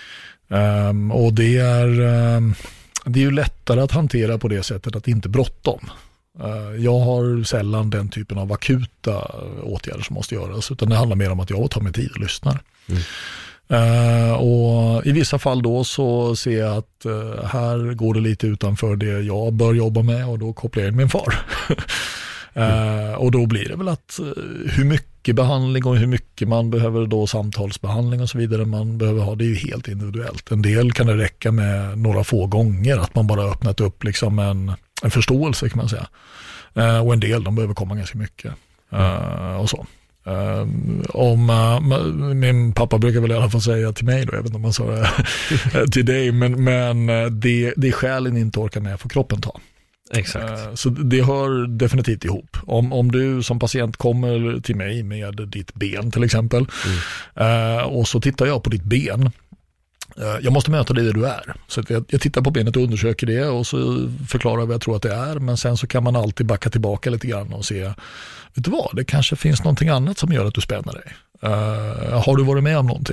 Speaker 2: Um, och det är, um, det är ju lättare att hantera på det sättet att inte bråttom. Uh, jag har sällan den typen av akuta åtgärder som måste göras, utan det handlar mer om att jag tar mig tid och lyssnar. Mm. Uh, och i vissa fall då så ser jag att uh, här går det lite utanför det jag bör jobba med, och då kopplar jag in min far. uh, och då blir det väl att uh, hur mycket behandling och hur mycket man behöver då samtalsbehandling och så vidare man behöver ha, det är ju helt individuellt. En del kan det räcka med några få gånger, att man bara öppnat upp liksom en, en förståelse kan man säga. Uh, och en del, de behöver komma ganska mycket uh, och så. Uh, om uh, min pappa brukar väl i alla fall säga till mig då, jag vet inte om man sa det till dig, men, men det, det är skälen inte orkar med för kroppen ta.
Speaker 3: Exakt.
Speaker 2: Uh, så det hör definitivt ihop. Om, om du som patient kommer till mig med ditt ben till exempel, mm. uh, och så tittar jag på ditt ben. Jag måste möta dig där du är. Så jag, jag tittar på benet och undersöker det och så förklarar vad jag tror att det är. Men sen så kan man alltid backa tillbaka lite grann och se, vet du vad, det kanske finns någonting annat som gör att du spänner dig. Uh, har du varit med om någonting?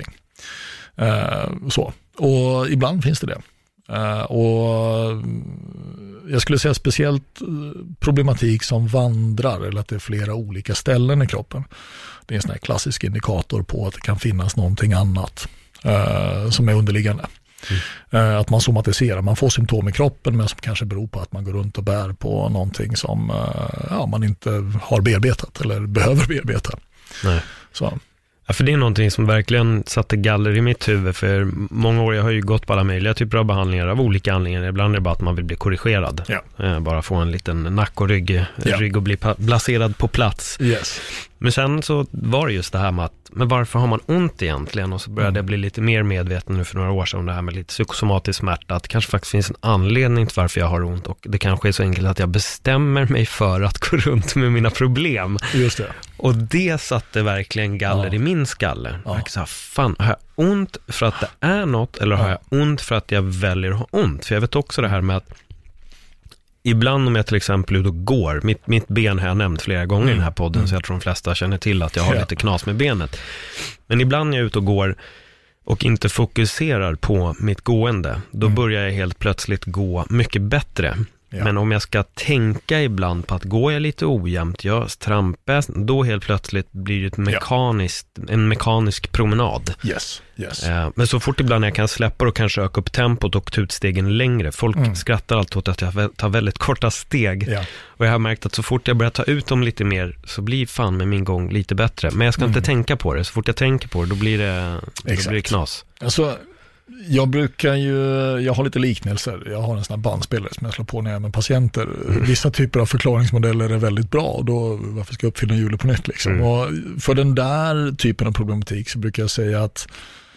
Speaker 2: Uh, så. Och ibland finns det det. Uh, och jag skulle säga speciellt problematik som vandrar, eller att det är flera olika ställen i kroppen. Det är en sån här klassisk indikator på att det kan finnas någonting annat. Uh, som är underliggande. Mm. Uh, att man somatiserar, man får symptom i kroppen men som kanske beror på att man går runt och bär på någonting som uh, ja, man inte har bearbetat eller behöver bearbeta.
Speaker 3: Nej.
Speaker 2: Så.
Speaker 3: Ja, för det är någonting som verkligen satte galler i mitt huvud, för många år jag har ju gått på alla möjliga typer av behandlingar av olika anledningar. Ibland är det bara att man vill bli korrigerad. Ja. Eh, bara få en liten nack och rygg, ja. rygg och bli placerad på plats.
Speaker 2: Yes.
Speaker 3: Men sen så var det just det här med att, men varför har man ont egentligen? Och så började mm. jag bli lite mer medveten nu för några år sedan om det här med lite psykosomatisk smärta. Att det kanske faktiskt finns en anledning till varför jag har ont. Och det kanske är så enkelt att jag bestämmer mig för att gå runt med mina problem.
Speaker 2: Just det.
Speaker 3: Och det satte verkligen galler ja. i min skalle. Ja. Jag sa, fan, har jag ont för att det är något, eller har jag ont för att jag väljer att ha ont? För jag vet också det här med att ibland om jag till exempel ut och går, mitt, mitt ben har jag nämnt flera gånger mm. i den här podden, mm. så jag tror de flesta känner till att jag har ja. lite knas med benet. Men ibland när jag är ute och går och inte fokuserar på mitt gående, då mm. börjar jag helt plötsligt gå mycket bättre. Ja. Men om jag ska tänka ibland på att går jag lite ojämnt, jag trampar, då helt plötsligt blir det ett mekaniskt, ja. en mekanisk promenad.
Speaker 2: Yes, yes.
Speaker 3: Eh, men så fort ibland jag kan släppa och kanske öka upp tempot och ta ut stegen längre. Folk mm. skrattar alltid åt att jag tar väldigt korta steg. Ja. Och jag har märkt att så fort jag börjar ta ut dem lite mer så blir fan med min gång lite bättre. Men jag ska mm. inte tänka på det. Så fort jag tänker på det, då blir det, då blir det knas.
Speaker 2: Alltså, jag brukar ju, jag har lite liknelser. Jag har en sån här bandspelare som jag slår på när jag är med patienter. Mm. Vissa typer av förklaringsmodeller är väldigt bra, och då varför ska jag uppfinna hjulet på nytt liksom? Mm. Och för den där typen av problematik så brukar jag säga att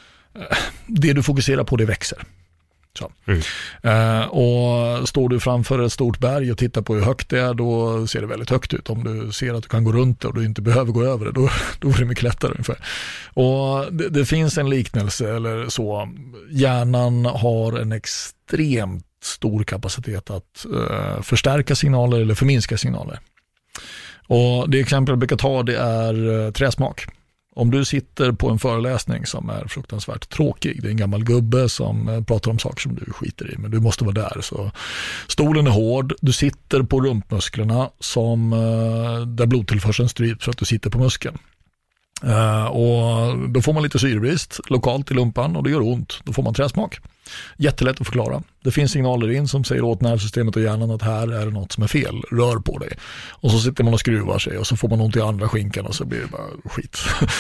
Speaker 2: det du fokuserar på, det växer. Så. Mm. Uh, och står du framför ett stort berg och tittar på hur högt det är, då ser det väldigt högt ut. Om du ser att du kan gå runt det och du inte behöver gå över det, då, då är det mycket lättare ungefär. Och det, det finns en liknelse eller så. Hjärnan har en extremt stor kapacitet att uh, förstärka signaler eller förminska signaler. Och det exempel jag brukar ta, det är uh, träsmak. Om du sitter på en föreläsning som är fruktansvärt tråkig, det är en gammal gubbe som pratar om saker som du skiter i, men du måste vara där. Så stolen är hård, du sitter på rumpmusklerna som, där blodtillförseln stryps för att du sitter på muskeln. Uh, och då får man lite syrebrist lokalt i lumpan och det gör ont. Då får man träsmak. Jättelätt att förklara. Det finns signaler in som säger åt nervsystemet och hjärnan att här är det något som är fel. Rör på dig. Och så sitter man och skruvar sig och så får man ont i andra skinkan och så blir det bara skit.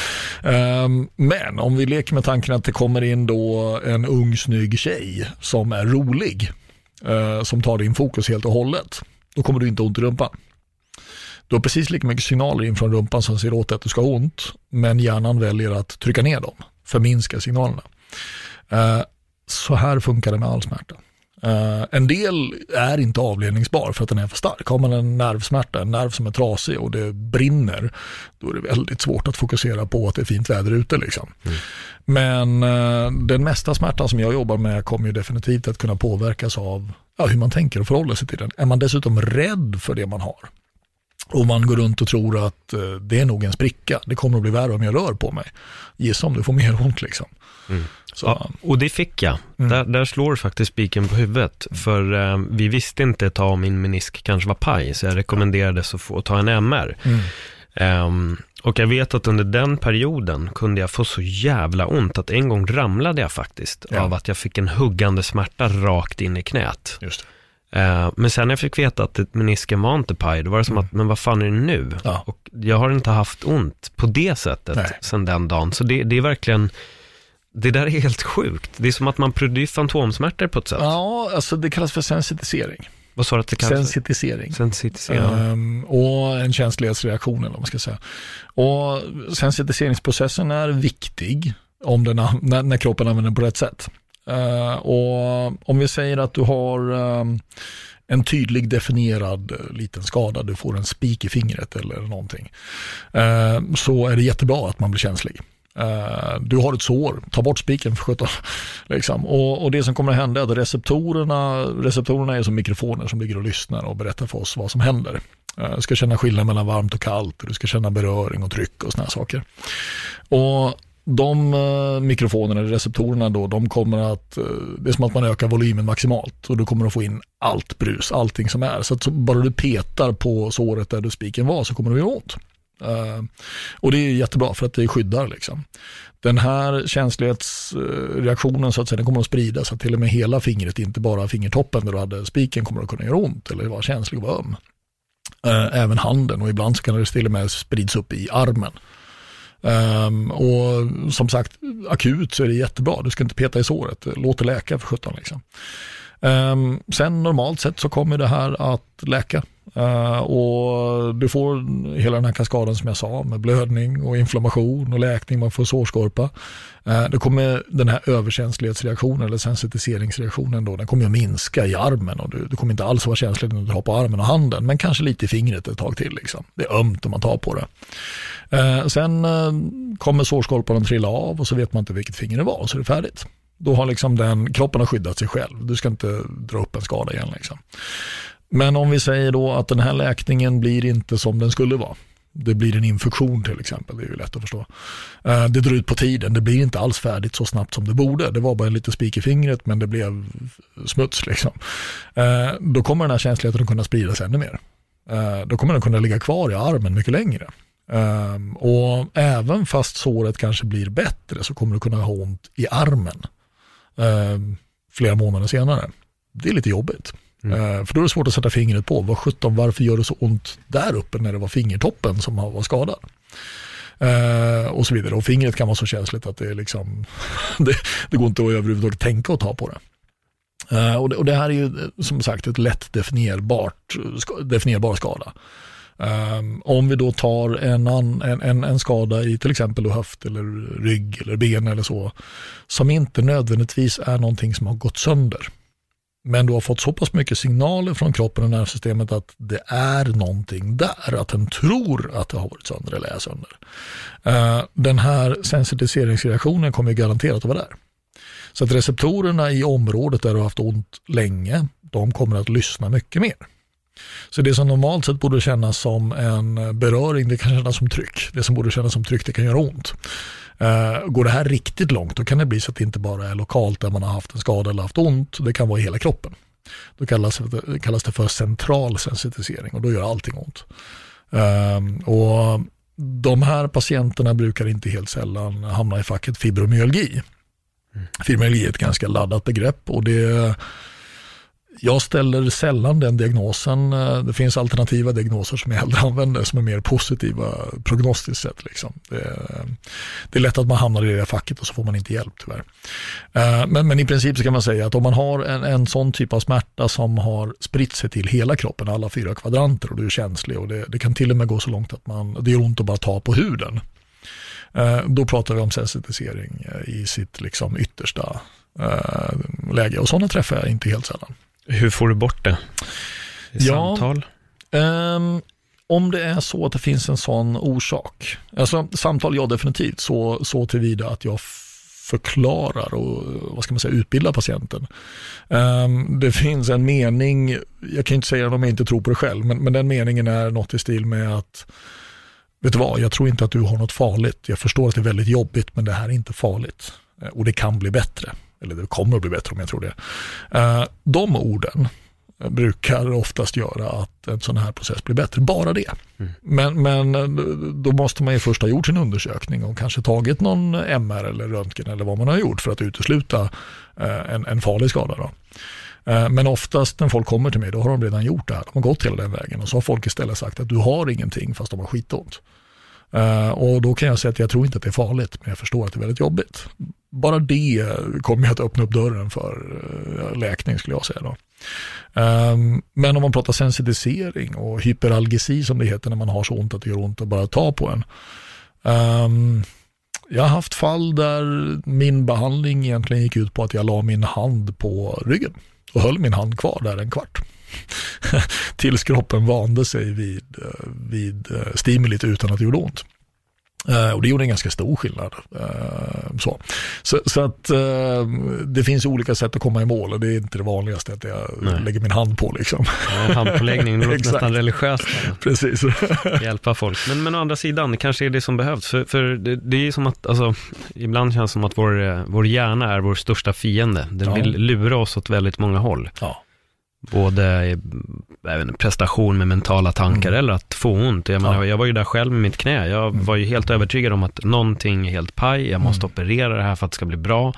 Speaker 2: um, men om vi leker med tanken att det kommer in då en ung snygg tjej som är rolig, uh, som tar din fokus helt och hållet, då kommer du inte ont i rumpan. Du har precis lika mycket signaler in från rumpan som säger åt att du ska ha ont, men hjärnan väljer att trycka ner dem, förminska signalerna. Uh, så här funkar det med all smärta. Uh, en del är inte avledningsbar för att den är för stark. Har man en nervsmärta, en nerv som är trasig och det brinner, då är det väldigt svårt att fokusera på att det är fint väder ute. Liksom. Mm. Men uh, den mesta smärtan som jag jobbar med kommer ju definitivt att kunna påverkas av ja, hur man tänker och förhåller sig till den. Är man dessutom rädd för det man har, och man går runt och tror att uh, det är nog en spricka, det kommer att bli värre om jag rör på mig, gissa om du får mer ont liksom.
Speaker 3: Mm. Så. Ja, och det fick jag. Mm. Där, där slår faktiskt spiken på huvudet. För eh, vi visste inte att ta min menisk kanske var paj, så jag rekommenderades att få ta en M R. Mm. Um, och jag vet att under den perioden kunde jag få så jävla ont att en gång ramlade jag faktiskt ja. av att jag fick en huggande smärta rakt in i knät. Just det. Uh, men sen när jag fick veta att menisken var inte paj, då var det som mm. att, men vad fan är det nu? Ja. Och jag har inte haft ont på det sättet Nej. sedan den dagen. Så det, det är verkligen... Det där är helt sjukt. Det är som att man producerar fantomsmärtor på ett sätt.
Speaker 2: Ja, alltså det kallas för sensitisering.
Speaker 3: Vad sa du att det kallas?
Speaker 2: Sensitisering.
Speaker 3: Sensitisering.
Speaker 2: Um, och en känslighetsreaktion, eller vad man ska säga. Och sensitiseringsprocessen är viktig om den, när, när kroppen använder den på rätt sätt. Uh, och om vi säger att du har um, en tydlig definierad uh, liten skada, du får en spik i fingret eller någonting, uh, så är det jättebra att man blir känslig. Uh, du har ett sår, ta bort spiken för sjutton liksom. och, och det som kommer att hända är att receptorerna receptorerna är som mikrofoner som ligger och lyssnar och berättar för oss vad som händer. Uh, du ska känna skillnad mellan varmt och kallt, du ska känna beröring och tryck och såna här saker. Och de uh, mikrofonerna, receptorerna då, de kommer att uh, det är som att man ökar volymen maximalt och du kommer att få in allt brus, allting som är. Så att så, bara du petar på såret där du spiken var, så kommer det göra ont. Uh, och det är jättebra för att det skyddar liksom. Den här känslighetsreaktionen så att säga, den kommer att spridas så att till och med hela fingret, inte bara fingertoppen där du hade spiken, kommer att kunna göra ont eller vara känslig och vara öm. Uh, även handen, och ibland så kan det till och med sprids upp i armen. Um, och som sagt, akut så är det jättebra. Du ska inte peta i såret, låt det läka för sjutton liksom. Um, sen normalt sett så kommer det här att läka. Uh, och du får hela den här kaskaden som jag sa, med blödning och inflammation och läkning, man får sårskorpa. Uh, det kommer den här överkänslighetsreaktionen eller sensitiseringsreaktionen då, den kommer att minska i armen, och du, du kommer inte alls vara känslig när du har på armen och handen, men kanske lite i fingret ett tag till liksom. Det är ömt om man tar på det. Uh, sen uh, kommer sårskorpan att trilla av och så vet man inte vilket finger det var, och så är det färdigt. Då har liksom den, kroppen har skyddat sig själv. Du ska inte dra upp en skada igen liksom. Men om vi säger då att den här läkningen blir inte som den skulle vara. Det blir en infektion till exempel, det är ju lätt att förstå. Det drar ut på tiden, det blir inte alls färdigt så snabbt som det borde. Det var bara en liten spik i fingret, men det blev smuts liksom. Då kommer den här känsligheten att kunna spridas ännu mer. Då kommer den kunna ligga kvar i armen mycket längre. Och även fast såret kanske blir bättre, så kommer du kunna ha ont i armen flera månader senare. Det är lite jobbigt. Mm. Uh, för då är det svårt att sätta fingret på. Vad sjutton, varför gör det så ont där uppe när det var fingertoppen som var skadad? Uh, och så vidare. Och fingret kan vara så känsligt att det är liksom det, det går inte att överhuvudtaget tänka och ta på det. Uh, och det. Och det här är ju som sagt ett lätt definierbart, definierbar skada. Um, om vi då tar en, an, en, en, en skada i till exempel höft eller rygg eller ben eller så, som inte nödvändigtvis är någonting som har gått sönder, men du har fått så pass mycket signaler från kroppen och nervsystemet att det är någonting där, att den tror att det har varit sönder eller är sönder. Uh, den här sensitiseringsreaktionen kommer ju garanterat att vara där. Så att receptorerna i området där du har haft ont länge, de kommer att lyssna mycket mer. Så det som normalt sett borde kännas som en beröring, det kan kännas som tryck. Det som borde kännas som tryck, det kan göra ont. Uh, går det här riktigt långt, då kan det bli så att det inte bara är lokalt där man har haft en skada eller haft ont. Det kan vara i hela kroppen. Då kallas det, kallas det för central sensitisering, och då gör allting ont. Uh, och de här patienterna brukar inte helt sällan hamna i facket fibromyalgi. Mm. Fibromyalgi är ett ganska laddat begrepp och det, jag ställer sällan den diagnosen. Det finns alternativa diagnoser som jag hellre använder som är mer positiva prognostiskt sett. Liksom. Det, det är lätt att man hamnar i det facket och så får man inte hjälp tyvärr. Men, men i princip så kan man säga att om man har en, en sån typ av smärta som har spritt sig till hela kroppen, alla fyra kvadranter och du är känslig och det, det kan till och med gå så långt att man, det gör ont att bara ta på huden. Då pratar vi om sensitisering i sitt liksom yttersta läge och sådana träffar jag inte helt sällan.
Speaker 3: Hur får du bort det? I
Speaker 2: ja,
Speaker 3: samtal?
Speaker 2: Um, om det är så att det finns en sån orsak. Alltså samtal, ja definitivt. Så, så tillvida att jag förklarar och vad ska man säga, utbildar patienten. Um, det finns en mening, jag kan inte säga om jag inte tror på det själv, men, men den meningen är något i stil med att vet du vad, jag tror inte att du har något farligt. Jag förstår att det är väldigt jobbigt men det här är inte farligt. Och det kan bli bättre. Eller det kommer att bli bättre om jag tror det. Uh, de orden brukar oftast göra att en sån här process blir bättre. Bara det. Mm. Men, men då måste man ju först ha gjort sin undersökning och kanske tagit någon M R eller röntgen eller vad man har gjort för att utesluta uh, en, en farlig skada då. Uh, men oftast när folk kommer till mig då har de redan gjort det här. De har gått hela den vägen och så har folk istället sagt att du har ingenting fast de har skitont. Uh, och då kan jag säga att jag tror inte att det är farligt men jag förstår att det är väldigt jobbigt. Bara det kommer att öppna upp dörren för uh, läkning skulle jag säga då. Um, men om man pratar sensitisering och hyperalgesi som det heter när man har så ont att det gör ont att bara ta på en. Um, jag har haft fall där min behandling egentligen gick ut på att jag la min hand på ryggen och höll min hand kvar där en kvart. Tills kroppen vande sig vid, vid stimulit utan att det gjorde ont. Uh, och det gjorde en ganska stor skillnad. Uh, så så, så att uh, det finns olika sätt att komma i mål och det är inte det vanligaste att jag Nej. lägger min hand på liksom.
Speaker 3: Ja, handpåläggning, det låter nästan religiöst.
Speaker 2: Precis.
Speaker 3: Hjälpa folk. Men, men å andra sidan, det kanske är det som behövs. För, för det, det är som att, alltså, ibland känns det som att vår, vår hjärna är vår största fiende. Den ja. vill lura oss åt väldigt många håll. Ja. Både även prestation med mentala tankar mm. eller att få ont. Jag, menar, ja. jag var ju där själv med mitt knä. Jag mm. var ju helt övertygad om att någonting är helt paj. Jag måste mm. operera det här för att det ska bli bra.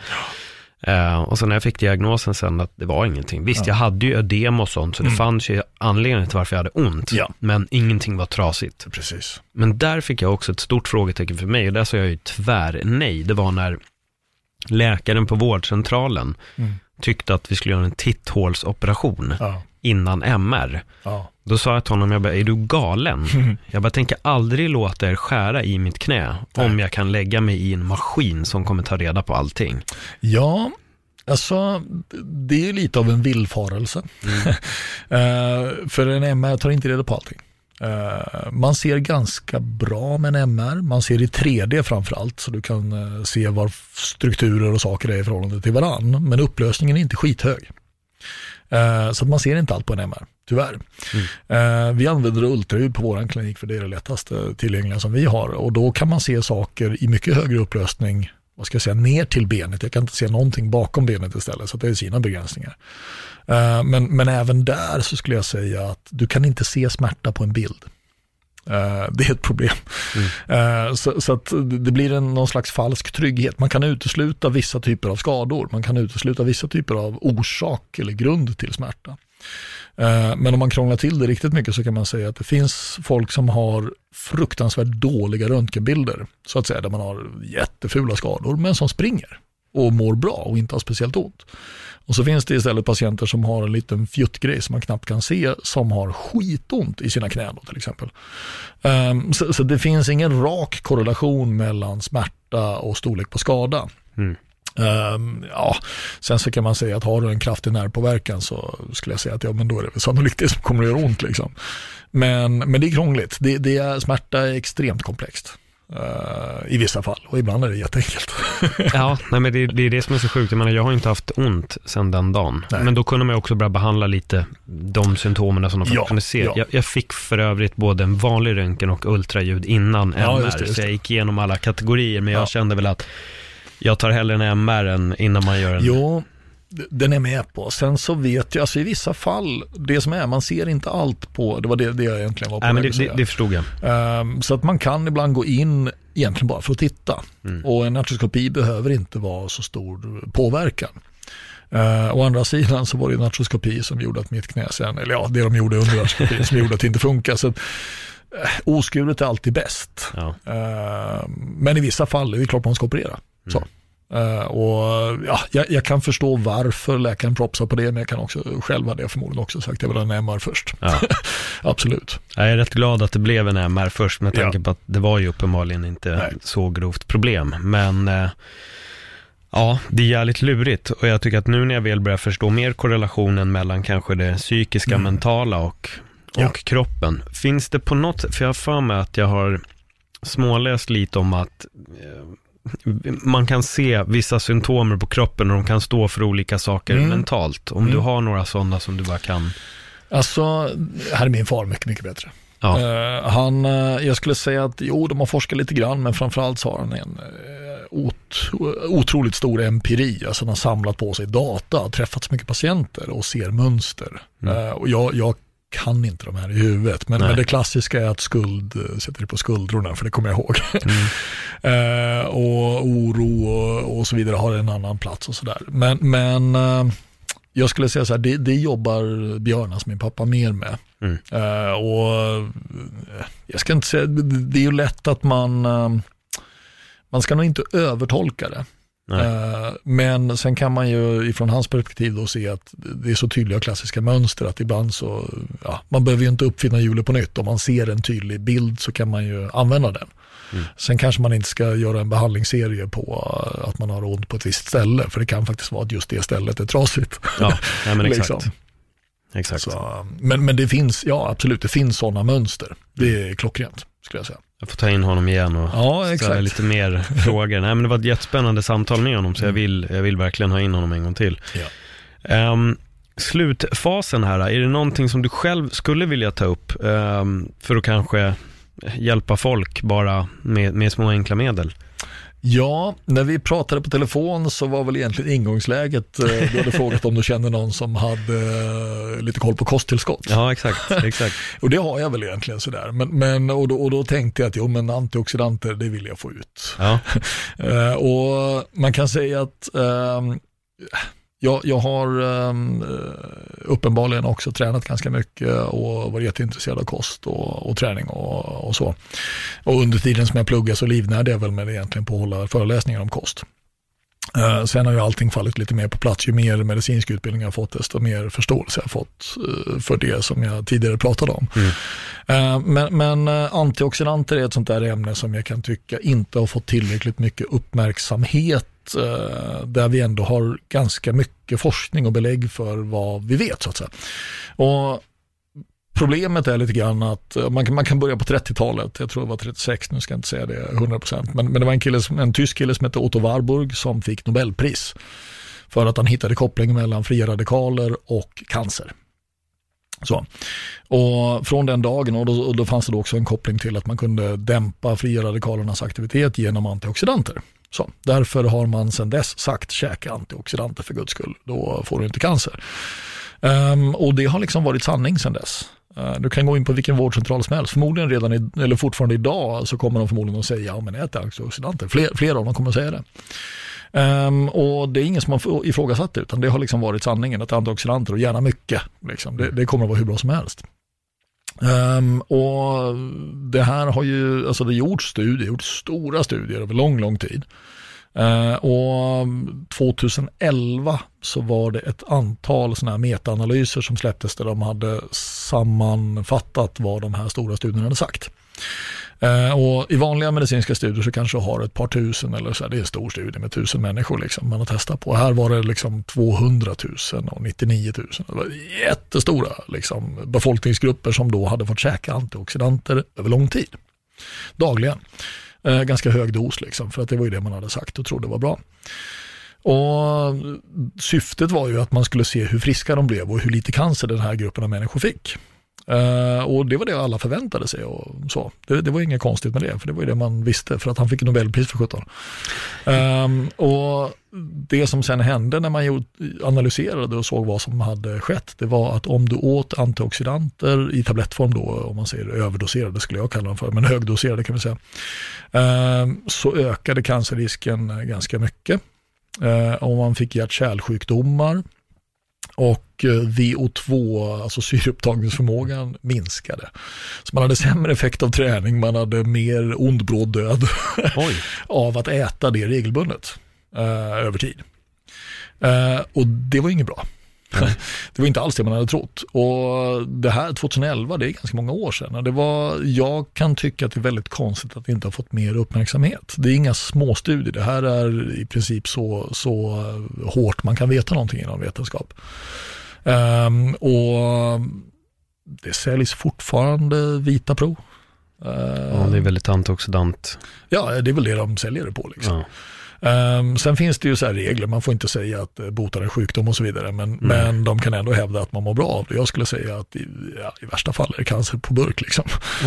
Speaker 3: Uh, och så när jag fick diagnosen sen att det var ingenting. Visst, ja. jag hade ju ödem och sånt så det mm. fanns ju anledning till varför jag hade ont. Ja. Men ingenting var trasigt.
Speaker 2: Precis.
Speaker 3: Men där fick jag också ett stort frågetecken för mig och där sa jag ju tvär nej. Det var när läkaren på vårdcentralen mm. tyckte att vi skulle göra en titthålsoperation ja. innan M R. Ja. Då sa jag till honom, jag bara, är du galen? Mm. Jag bara tänker aldrig låta er skära i mitt knä Nej. om jag kan lägga mig i en maskin som kommer ta reda på allting.
Speaker 2: Ja, alltså det är lite av en villfarelse. Mm. uh, för en M R tar inte reda på allting. Uh, man ser ganska bra med en M R. Man ser i tre D framförallt så du kan uh, se var strukturer och saker är i förhållande till varann. Men upplösningen är inte skithög. Uh, så att man ser inte allt på en M R, tyvärr. Mm. Uh, vi använder ultraljud på våran klinik för det är det lättaste tillgängliga som vi har. Och då kan man se saker i mycket högre upplösning, vad ska jag säga, ner till benet. Jag kan inte se någonting bakom benet istället så att det är sina begränsningar. Uh, men, men även där så skulle jag säga att du kan inte se smärta på en bild. Uh, det är ett problem. Mm. Uh, så, så att det blir en, någon slags falsk trygghet. Man kan utesluta vissa typer av skador. Man kan utesluta vissa typer av orsak eller grund till smärta. Uh, men om man krånglar till det riktigt mycket så kan man säga att det finns folk som har fruktansvärt dåliga röntgenbilder så att säga, där man har jättefula skador men som springer och mår bra och inte har speciellt ont. Och så finns det istället patienter som har en liten fjuttgrej som man knappt kan se som har skitont i sina knän till exempel. Um, så, så det finns ingen rak korrelation mellan smärta och storlek på skada. Mm. Um, ja, sen så kan man säga att har du en kraftig nervpåverkan så skulle jag säga att ja, men då är det väl sannolikt det som kommer att göra ont liksom. Men, men det är krångligt. Det, det är, smärta är extremt komplext. Uh, i vissa fall och ibland är det jätteenkelt.
Speaker 3: Ja, nej, men det, det är det som är så sjukt. Jag menar, jag har inte haft ont sedan den dagen. Nej. Men då kunde man också börja behandla lite de symptomerna som de ja, kunde se. Ja. Jag, jag fick för övrigt både en vanlig röntgen och ultraljud innan ja, M R. Just det, just det. Så jag gick igenom alla kategorier men jag ja. kände väl att jag tar hellre en M R än innan man gör en...
Speaker 2: Jo, den är med på. Sen så vet jag, alltså i vissa fall, det som är, man ser inte allt på, det var det, det jag egentligen var på.
Speaker 3: Nej, men det, det, det förstod jag.
Speaker 2: Um, så att man kan ibland gå in egentligen bara för att titta. Mm. Och en artroskopi behöver inte vara så stor påverkan. Uh, å andra sidan så var det en artroskopi som gjorde att mitt knä sen, eller ja, det de gjorde under artroskopin som gjorde att det inte funkar. Så att, uh, oskuret är alltid bäst. Ja. Uh, men i vissa fall är det klart man ska operera. Mm. Så. Uh, och ja, jag, jag kan förstå varför läkaren propsar på det, men jag kan också själv ha det förmodligen också sagt, jag vill ha en M R först. Ja. Absolut.
Speaker 3: Jag är rätt glad att det blev en M R först med tanke ja. på att det var ju uppenbarligen inte Nej. så grovt problem. Men uh, ja, det är jävligt lurigt, och jag tycker att nu när jag väl börjar förstå mer korrelationen mellan kanske det psykiska, mm. mentala och, och ja. kroppen. Finns det på något, för jag har för mig att jag har småläst lite om att uh, man kan se vissa symptomer på kroppen och de kan stå för olika saker mm. mentalt. Om mm. du har några sådana som du bara kan...
Speaker 2: Alltså, här är min far mycket, mycket bättre. Ja. Uh, han, uh, jag skulle säga att jo, de har forskat lite grann, men framförallt så har han en uh, ot, otroligt stor empiri. Alltså han har samlat på sig data, träffat så mycket patienter och ser mönster. Mm. Uh, och jag, jag kan inte de här i huvudet, men, men det klassiska är att skuld sätter det på skuldrorna, för det kommer jag ihåg. Mm. uh, och oro och, och så vidare har en annan plats och sådär. Men, men uh, jag skulle säga så här, det, det jobbar Björn, som min pappa, mer med. Mm. Uh, och uh, jag ska inte säga, det är ju lätt att man uh, man ska nog inte övertolka det. Uh, men sen kan man ju ifrån hans perspektiv då se att det är så tydliga klassiska mönster att ibland så, ja, man behöver ju inte uppfinna hjulet på nytt. Om man ser en tydlig bild så kan man ju använda den. Mm. Sen kanske man inte ska göra en behandlingsserie på att man har ont på ett visst ställe, för det kan faktiskt vara att just det stället är trasigt.
Speaker 3: Ja, ja men exakt.
Speaker 2: liksom.
Speaker 3: Exakt.
Speaker 2: Så, men, men det finns, ja absolut, det finns sådana mönster. Det är klockrent, skulle jag säga.
Speaker 3: Jag får ta in honom igen och
Speaker 2: ja,
Speaker 3: ställa lite mer frågor. Nej, men det var ett jättespännande samtal med honom, så jag vill, jag vill verkligen ha in honom en gång till. Ja. Um, slutfasen här, är det någonting som du själv skulle vilja ta upp um, för att kanske hjälpa folk bara med, med små enkla medel?
Speaker 2: Ja, när vi pratade på telefon så var väl egentligen ingångsläget, du hade frågat om du känner någon som hade lite koll på kosttillskott.
Speaker 3: Ja, exakt, exakt.
Speaker 2: Och det har jag väl egentligen sådär. Men, men, och, då, och då tänkte jag att jo, men antioxidanter, det vill jag få ut. Ja. Och man kan säga att um, jag, jag har um, uppenbarligen också tränat ganska mycket och varit jätteintresserad av kost och, och träning och, och så. Och under tiden som jag pluggar så livnärde jag väl med det egentligen på att hålla föreläsningar om kost. Uh, sen har ju allting fallit lite mer på plats. Ju mer medicinsk utbildning jag har fått, desto mer förståelse jag har fått uh, för det som jag tidigare pratade om. Mm. Uh, men men uh, antioxidanter är ett sånt där ämne som jag kan tycka inte har fått tillräckligt mycket uppmärksamhet, uh, där vi ändå har ganska mycket forskning och belägg för vad vi vet, så att säga. Och problemet är lite grann att man kan, man kan börja på trettiotalet, jag tror det var trettiosex, nu ska jag inte säga det hundra procent, men, men det var en, kille, en tysk kille som hette Otto Warburg som fick Nobelpris för att han hittade koppling mellan fria radikaler och cancer. Så. Och från den dagen, och då, och då fanns det då också en koppling till att man kunde dämpa fria radikalernas aktivitet genom antioxidanter. Så, därför har man sedan dess sagt käka antioxidanter för guds skull, då får du inte cancer. Um, och det har liksom varit sanning sedan dess. Uh, du kan gå in på vilken vårdcentral som helst. Förmodligen redan, i, eller fortfarande idag, så kommer de förmodligen att säga ja, men ät antioxidanter. Fler, flera av dem kommer att säga det. Um, och det är ingen som har ifrågasatt det, utan det har liksom varit sanningen att antioxidanter, och gärna mycket, liksom, det, det kommer att vara hur bra som helst. Um, och det här har ju, alltså det gjorts studier, gjort stora studier över lång, lång tid. Uh, och tjugoelva så var det ett antal såna här metaanalyser som släpptes där de hade sammanfattat vad de här stora studierna hade sagt. Uh, och i vanliga medicinska studier så kanske har ett par tusen eller så här, det är en stor studie med tusen människor liksom man har testat på. Här var det liksom tvåhundratusen och nittionio tusen. Det var jättestora liksom befolkningsgrupper som då hade fått käka antioxidanter över lång tid. Dagligen. Eh, ganska hög dos liksom, för att det var ju det man hade sagt och trodde var bra. Och syftet var ju att man skulle se hur friska de blev och hur lite cancer den här gruppen av människor fick. Uh, och det var det alla förväntade sig och så. Det, det var inget konstigt med det, för det var ju det man visste, för att han fick Nobelpris för sjutton. Um, och det som sen hände när man gjorde, analyserade och såg vad som hade skett, det var att om du åt antioxidanter i tablettform då, om man säger överdoserade skulle jag kalla dem för, men högdoserade kan vi säga, um, så ökade cancerrisken ganska mycket. Uh, och man fick hjärt-kärlsjukdomar. Och V O två, alltså syreupptagningsförmågan, minskade. Så man hade sämre effekt av träning, man hade mer ond bråd död av att äta det regelbundet eh, över tid. Eh, och det var inget bra. Mm. Det var inte alls det man hade trott. Och det här tjugoelva, det är ganska många år sedan. Och det var, jag kan tycka att det är väldigt konstigt att det inte har fått mer uppmärksamhet. Det är inga små studier. Det här är i princip så, så hårt man kan veta någonting inom vetenskap. Um, och det säljs fortfarande vita prov. Uh,
Speaker 3: ja, det är väldigt antioxidant.
Speaker 2: Ja, det är väl det de säljer det på liksom. Ja. Um, sen finns det ju så här regler, man får inte säga att uh, botar en sjukdom och så vidare, men, mm. men de kan ändå hävda att man mår bra av det. Jag skulle säga att i, ja, i värsta fall är det cancer på burk liksom.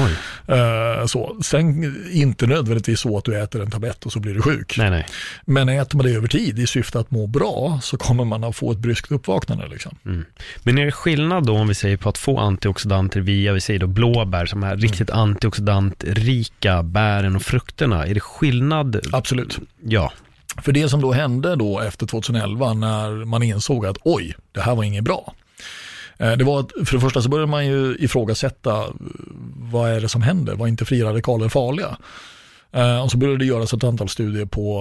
Speaker 2: Uh, så. Sen inte nödvändigtvis så att du äter en tablett och så blir du sjuk.
Speaker 3: Nej, nej.
Speaker 2: Men äter man det över tid i syfte att må bra, så kommer man att få ett bryskt uppvaknande liksom.
Speaker 3: Mm. Men är det skillnad då om vi säger på att få antioxidanter via, vi säger då blåbär, som är mm. riktigt antioxidantrika bären och frukterna, är det skillnad?
Speaker 2: Absolut.
Speaker 3: Ja.
Speaker 2: För det som då hände då efter tjugoelva, när man insåg att oj, det här var inget bra. Det var att, för det första så började man ju ifrågasätta, vad är det som händer? Var inte fria radikaler farliga? Och så började det göras ett antal studier på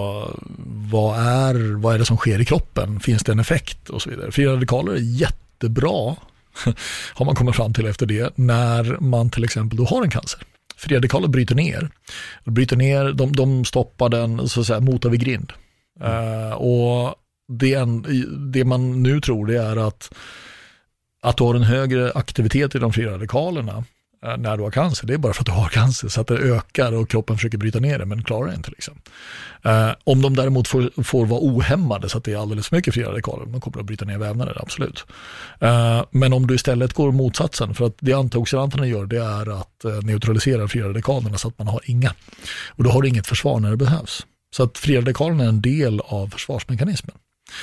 Speaker 2: vad är, vad är det som sker i kroppen? Finns det en effekt? Och så vidare. Fria radikaler är jättebra, har man kommit fram till efter det, när man till exempel då har en cancer. Fria radikaler bryter ner. De bryter ner, de, de stoppar den så att säga mota vid grind. Mm. Uh, och det, det man nu tror det är att att du har en högre aktivitet i de fria radikalerna uh, när du har cancer, det är bara för att du har cancer, så att det ökar och kroppen försöker bryta ner det, men klarar det inte liksom. Uh, om de däremot får, får vara ohämmade så att det är alldeles för mycket fria radikaler, man kommer att bryta ner vävnader, absolut. Uh, men om du istället går motsatsen, för att det antioxidanterna gör, det är att uh, neutralisera fria radikalerna så att man har inga. Och då har du inget försvar när det behövs. Så att fria radikalerna är en del av försvarsmekanismen.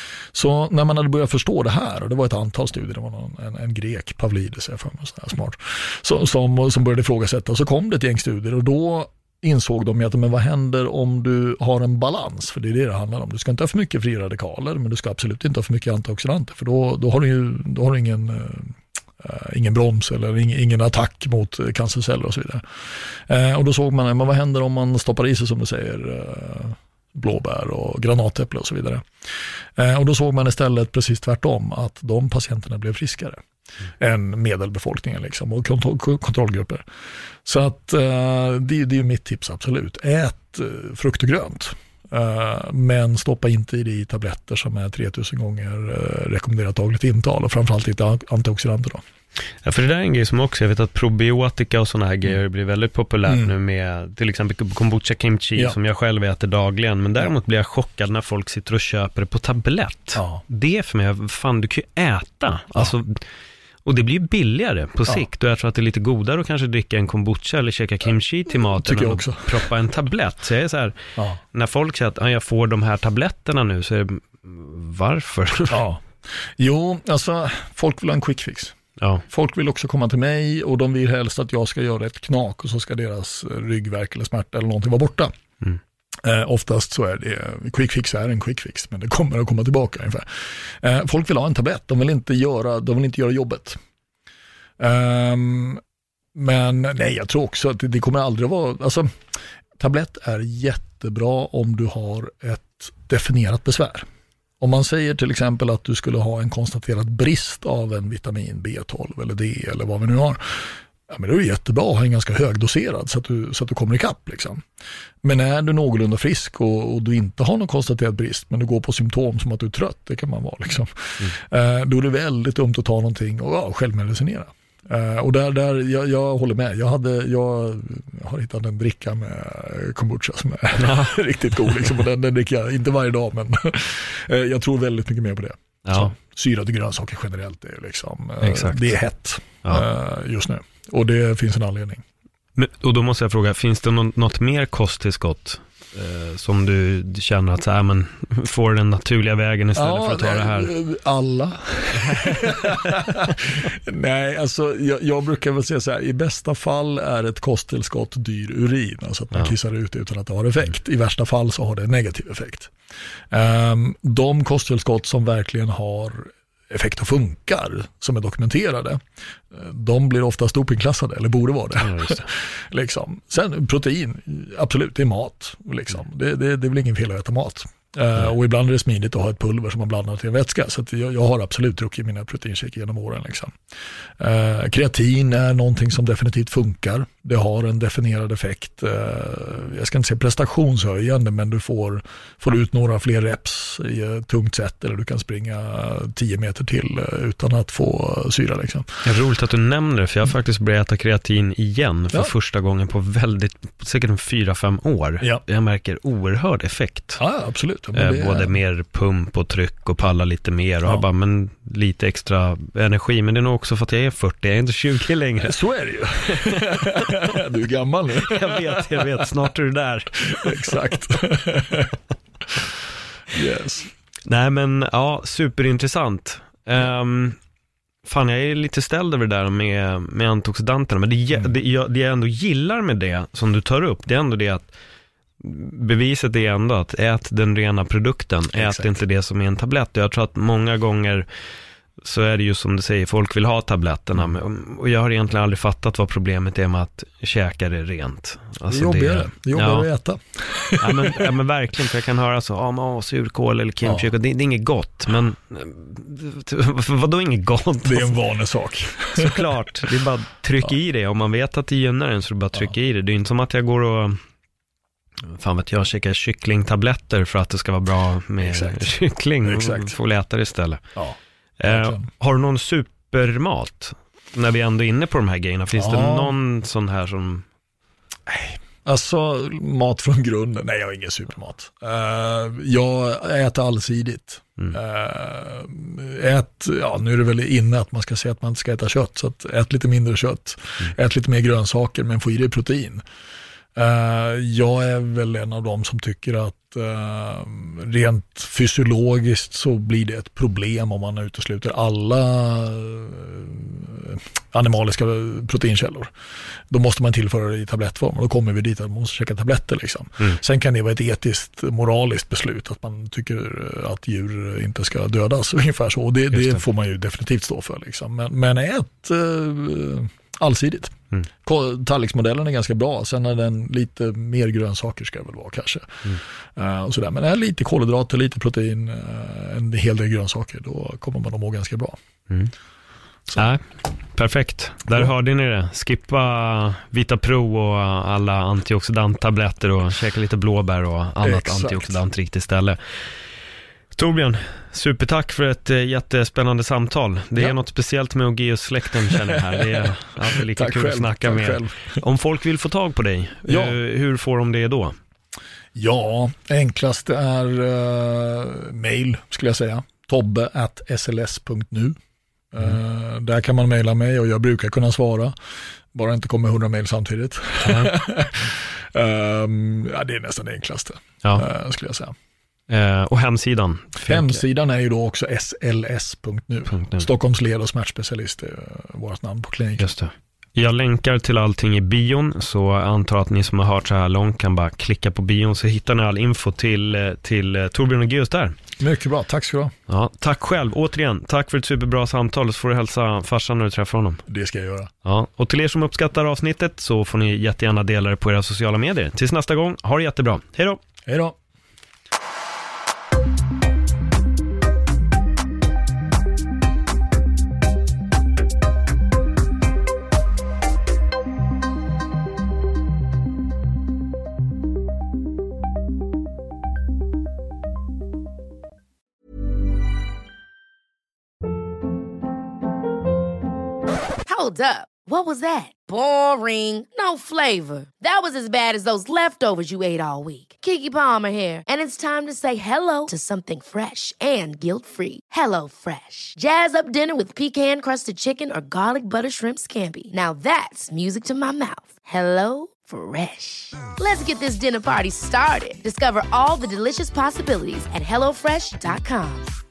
Speaker 2: Så när man hade börjat förstå det här, och det var ett antal studier, det var någon, en, en grek, Pavlidis, jag för mig, så här smart, så, som, som började ifrågasätta, och så kom det ett gäng studier, och då insåg de att men vad händer om du har en balans, för det är det det handlar om. Du ska inte ha för mycket fria radikaler, men du ska absolut inte ha för mycket antioxidanter, för då, då har du ju då har du ingen, uh, ingen broms eller ingen, ingen attack mot cancerceller och så vidare. Uh, och då såg man, men vad händer om man stoppar i sig, som du säger, uh, blåbär och granatäpple och så vidare. Uh, och då såg man istället precis tvärtom, att de patienterna blev friskare mm. än medelbefolkningen liksom, och kontroll, kontrollgrupper. Så att uh, det, det är ju mitt tips, absolut. Ät uh, frukt och grönt. Uh, men stoppa inte i det i tabletter som är tre tusen gånger uh, rekommenderat dagligt intal, och framförallt inte antioxidanter då.
Speaker 3: Ja, för det där är en grej som också, jag vet att probiotika och sådana här grejer blir väldigt populärt mm. nu med till exempel kombucha kimchi ja. som jag själv äter dagligen, men däremot blir jag chockad när folk sitter och köper det på tablett. Ja. Det är för mig, fan, du kan ju äta. Ja. Alltså, och det blir billigare på ja. sikt, och jag tror att det är lite godare att kanske dricka en kombucha eller käka kimchi till maten än att proppa en tablett. Så jag är så här, ja. när folk säger att ah, jag får de här tabletterna nu, så är det, varför? Ja.
Speaker 2: Jo, alltså folk vill ha en quick fix. Ja. Folk vill också komma till mig, och de vill helst att jag ska göra ett knak, och så ska deras ryggvärk eller smärta eller någonting vara borta. Mm. Eh, oftast så är det, quick fix är en quick fix, men det kommer att komma tillbaka ungefär. Eh, folk vill ha en tablett, de vill inte göra, de vill inte göra jobbet. Eh, men nej, jag tror också att det, det kommer aldrig vara, alltså tablett är jättebra om du har ett definierat besvär. Om man säger till exempel att du skulle ha en konstaterad brist av en vitamin B tolv eller D eller vad vi nu har, ja, men det är jättebra att ha en ganska högdoserad så att du, så att du kommer ikapp liksom. Men är du någorlunda frisk och, och du inte har någon konstaterad brist, men du går på symptom som att du är trött, det kan man vara liksom. Mm. Eh, då är det väldigt dumt att ta någonting och ja, självmedicinera. Uh, och där, där jag, jag håller med. Jag, hade, jag har hittat en dricka med kombucha som är riktigt god liksom, och den, den dricker jag inte varje dag, men uh, jag tror väldigt mycket mer på det.
Speaker 3: Ja.
Speaker 2: Så, syrade grönsaker generellt är liksom,
Speaker 3: Exakt.
Speaker 2: det är hett
Speaker 3: Ja.
Speaker 2: just nu. Och det finns en anledning.
Speaker 3: Men, och då måste jag fråga, finns det något, något mer kosttillskott eh, som du känner att så här, men, får den naturliga vägen istället
Speaker 2: ja,
Speaker 3: för att ta det här?
Speaker 2: Alla. Nej, alltså jag, jag brukar väl säga så här, i bästa fall är ett kosttillskott dyr urin, alltså att man
Speaker 3: Ja.
Speaker 2: kissar ut utan att det har effekt. I värsta fall så har det negativ effekt. Um, de kosttillskott som verkligen har effekt och funkar, som är dokumenterade, de blir oftast dopingklassade, eller borde vara det.
Speaker 3: Ja, just det.
Speaker 2: liksom. Sen protein, absolut, det är mat. Liksom. Det, det, det är väl ingen fel att äta mat. Uh, och ibland är det smidigt att ha ett pulver som man blandar till en vätska. Så att jag, jag har absolut druckit mina proteinshake genom åren. Liksom. Uh, kreatin är någonting som definitivt funkar. Det har en definierad effekt. Uh, jag ska inte säga prestationshöjande, men du får, får ut några fler reps i ett tungt sätt, eller du kan springa tio meter till uh, utan att få syra. Liksom.
Speaker 3: Det är roligt att du nämner det, för jag har faktiskt börjat äta kreatin igen för
Speaker 2: Ja.
Speaker 3: första gången på väldigt, säkert fyra, fem år.
Speaker 2: Ja.
Speaker 3: Jag märker oerhörd effekt.
Speaker 2: Ja, absolut. Men
Speaker 3: Eh,
Speaker 2: det är-
Speaker 3: Både mer pump och tryck och palla lite mer och
Speaker 2: Ja.
Speaker 3: har bara, men lite extra energi, men det är nog också för att jag är fyrtio, jag är inte tjugo längre.
Speaker 2: Så är det ju. Du är gammal nu.
Speaker 3: Jag vet, jag vet, snart är du där.
Speaker 2: Exakt. Yes.
Speaker 3: Nej men, ja, superintressant. Um, fan, jag är lite ställd över det där med, med antioxidanterna, men det,
Speaker 2: Mm.
Speaker 3: det, jag, det jag ändå gillar med det som du tar upp, det är ändå det att beviset är ändå att ät den rena produkten,
Speaker 2: Exakt.
Speaker 3: ät inte det som är en tablett. Jag tror att många gånger så är det ju som du säger, folk vill ha tabletterna, men- och jag har egentligen aldrig fattat vad problemet är med att käka det rent.
Speaker 2: Det är
Speaker 3: Alltså
Speaker 2: jobbigare. Det är jobbigare
Speaker 3: ja.
Speaker 2: att äta.
Speaker 3: Ja men, ja men verkligen, för jag kan höra så, ja men åh, surkål eller kimchi,
Speaker 2: Ja.
Speaker 3: och det, det är inget gott, men vadå inget gott?
Speaker 2: Det är en vanesak.
Speaker 3: Såklart, det är bara att trycka i det, om man vet att det gynnar en så är det bara att trycka i det. Det är inte som att jag går och fan vet jag, käkar kycklingtabletter för att det ska vara bra med
Speaker 2: Exakt.
Speaker 3: kyckling.
Speaker 2: Exakt.
Speaker 3: Får äta det istället.
Speaker 2: Ja.
Speaker 3: Eh,
Speaker 2: verkligen.
Speaker 3: har du någon supermat? När vi ändå är inne på de här grejerna, finns det
Speaker 2: Ja.
Speaker 3: någon sån här som...
Speaker 2: Alltså, mat från grunden. Nej, jag har ingen supermat. Uh, jag äter allsidigt.
Speaker 3: Mm.
Speaker 2: Uh, ät, ja, nu är det väl inne att man ska säga att man inte ska äta kött. Så att ät lite mindre kött.
Speaker 3: Mm.
Speaker 2: Ät lite mer grönsaker, men få i dig protein. Uh, jag är väl en av dem som tycker att uh, rent fysiologiskt så blir det ett problem om man utesluter alla uh, animaliska proteinkällor. Då måste man tillföra det i tablettform, och då kommer vi dit att man måste käka tabletter. Liksom.
Speaker 3: Mm.
Speaker 2: Sen kan det vara ett etiskt, moraliskt beslut att man tycker att djur inte ska dödas, ungefär så. Och det, det.
Speaker 3: det.
Speaker 2: får man ju definitivt stå för. Liksom. Men, men ät uh, allsidigt.
Speaker 3: Mm.
Speaker 2: Ko- Tallriksmodellen är ganska bra. Sen är den lite mer grönsaker ska det väl vara kanske.
Speaker 3: Mm.
Speaker 2: Uh, och sådär. Men är lite kolhydrater, lite protein, uh, en hel del grönsaker, då kommer man att må ganska bra.
Speaker 3: Mm. Nej, perfekt. Där
Speaker 2: Ja.
Speaker 3: hörde ni det. Skippa Vitapro och alla antioxidanttabletter och käka lite blåbär och annat
Speaker 2: Exakt.
Speaker 3: antioxidantrikt istället. Torbjörn, supertack för ett eh, jättespännande samtal. Det är
Speaker 2: Ja.
Speaker 3: något speciellt med Ogeus-släkten, känner jag här. Det är alltid lika
Speaker 2: Tack
Speaker 3: kul
Speaker 2: själv,
Speaker 3: att snacka
Speaker 2: tack
Speaker 3: med.
Speaker 2: själv.
Speaker 3: Om folk vill få tag på dig,
Speaker 2: Ja.
Speaker 3: eh, hur får de det då?
Speaker 2: Ja, enklast är uh, mail skulle jag säga. tobbe at s l s punkt nu. Uh, där kan man mejla mig och jag brukar kunna svara. Bara det inte kommer hundra mejl samtidigt. um, ja, det är nästan det enklaste,
Speaker 3: Ja.
Speaker 2: uh, skulle jag säga.
Speaker 3: Eh, och hemsidan?
Speaker 2: Hemsidan är ju då också s l s punkt nu.
Speaker 3: Punkt nu.
Speaker 2: Stockholms led- och smärtspecialist är uh, vårt namn på kliniken.
Speaker 3: Just det. Jag länkar till allting i bion, så jag antar att ni som har hört så här långt kan bara klicka på bion, så hittar ni all info till, till Torbjörn Ogeus där.
Speaker 2: Mycket bra, tack ska du ha.
Speaker 3: Ja, tack själv, återigen, tack för ett superbra samtal, så får du hälsa farsan när du träffar honom.
Speaker 2: Det ska jag göra.
Speaker 3: Ja, och till er som uppskattar avsnittet så får ni jättegärna dela det på era sociala medier. Tills nästa gång, ha det jättebra. Hej då!
Speaker 2: Hej då.
Speaker 1: Hold up. What was that? Boring. No flavor. That was as bad as those leftovers you ate all week. Keke Palmer here, and it's time to say hello to something fresh and guilt-free. Hello Fresh. Jazz up dinner with pecan-crusted chicken or garlic butter shrimp scampi. Now that's music to my mouth. Hello Fresh. Let's get this dinner party started. Discover all the delicious possibilities at hello fresh dot com.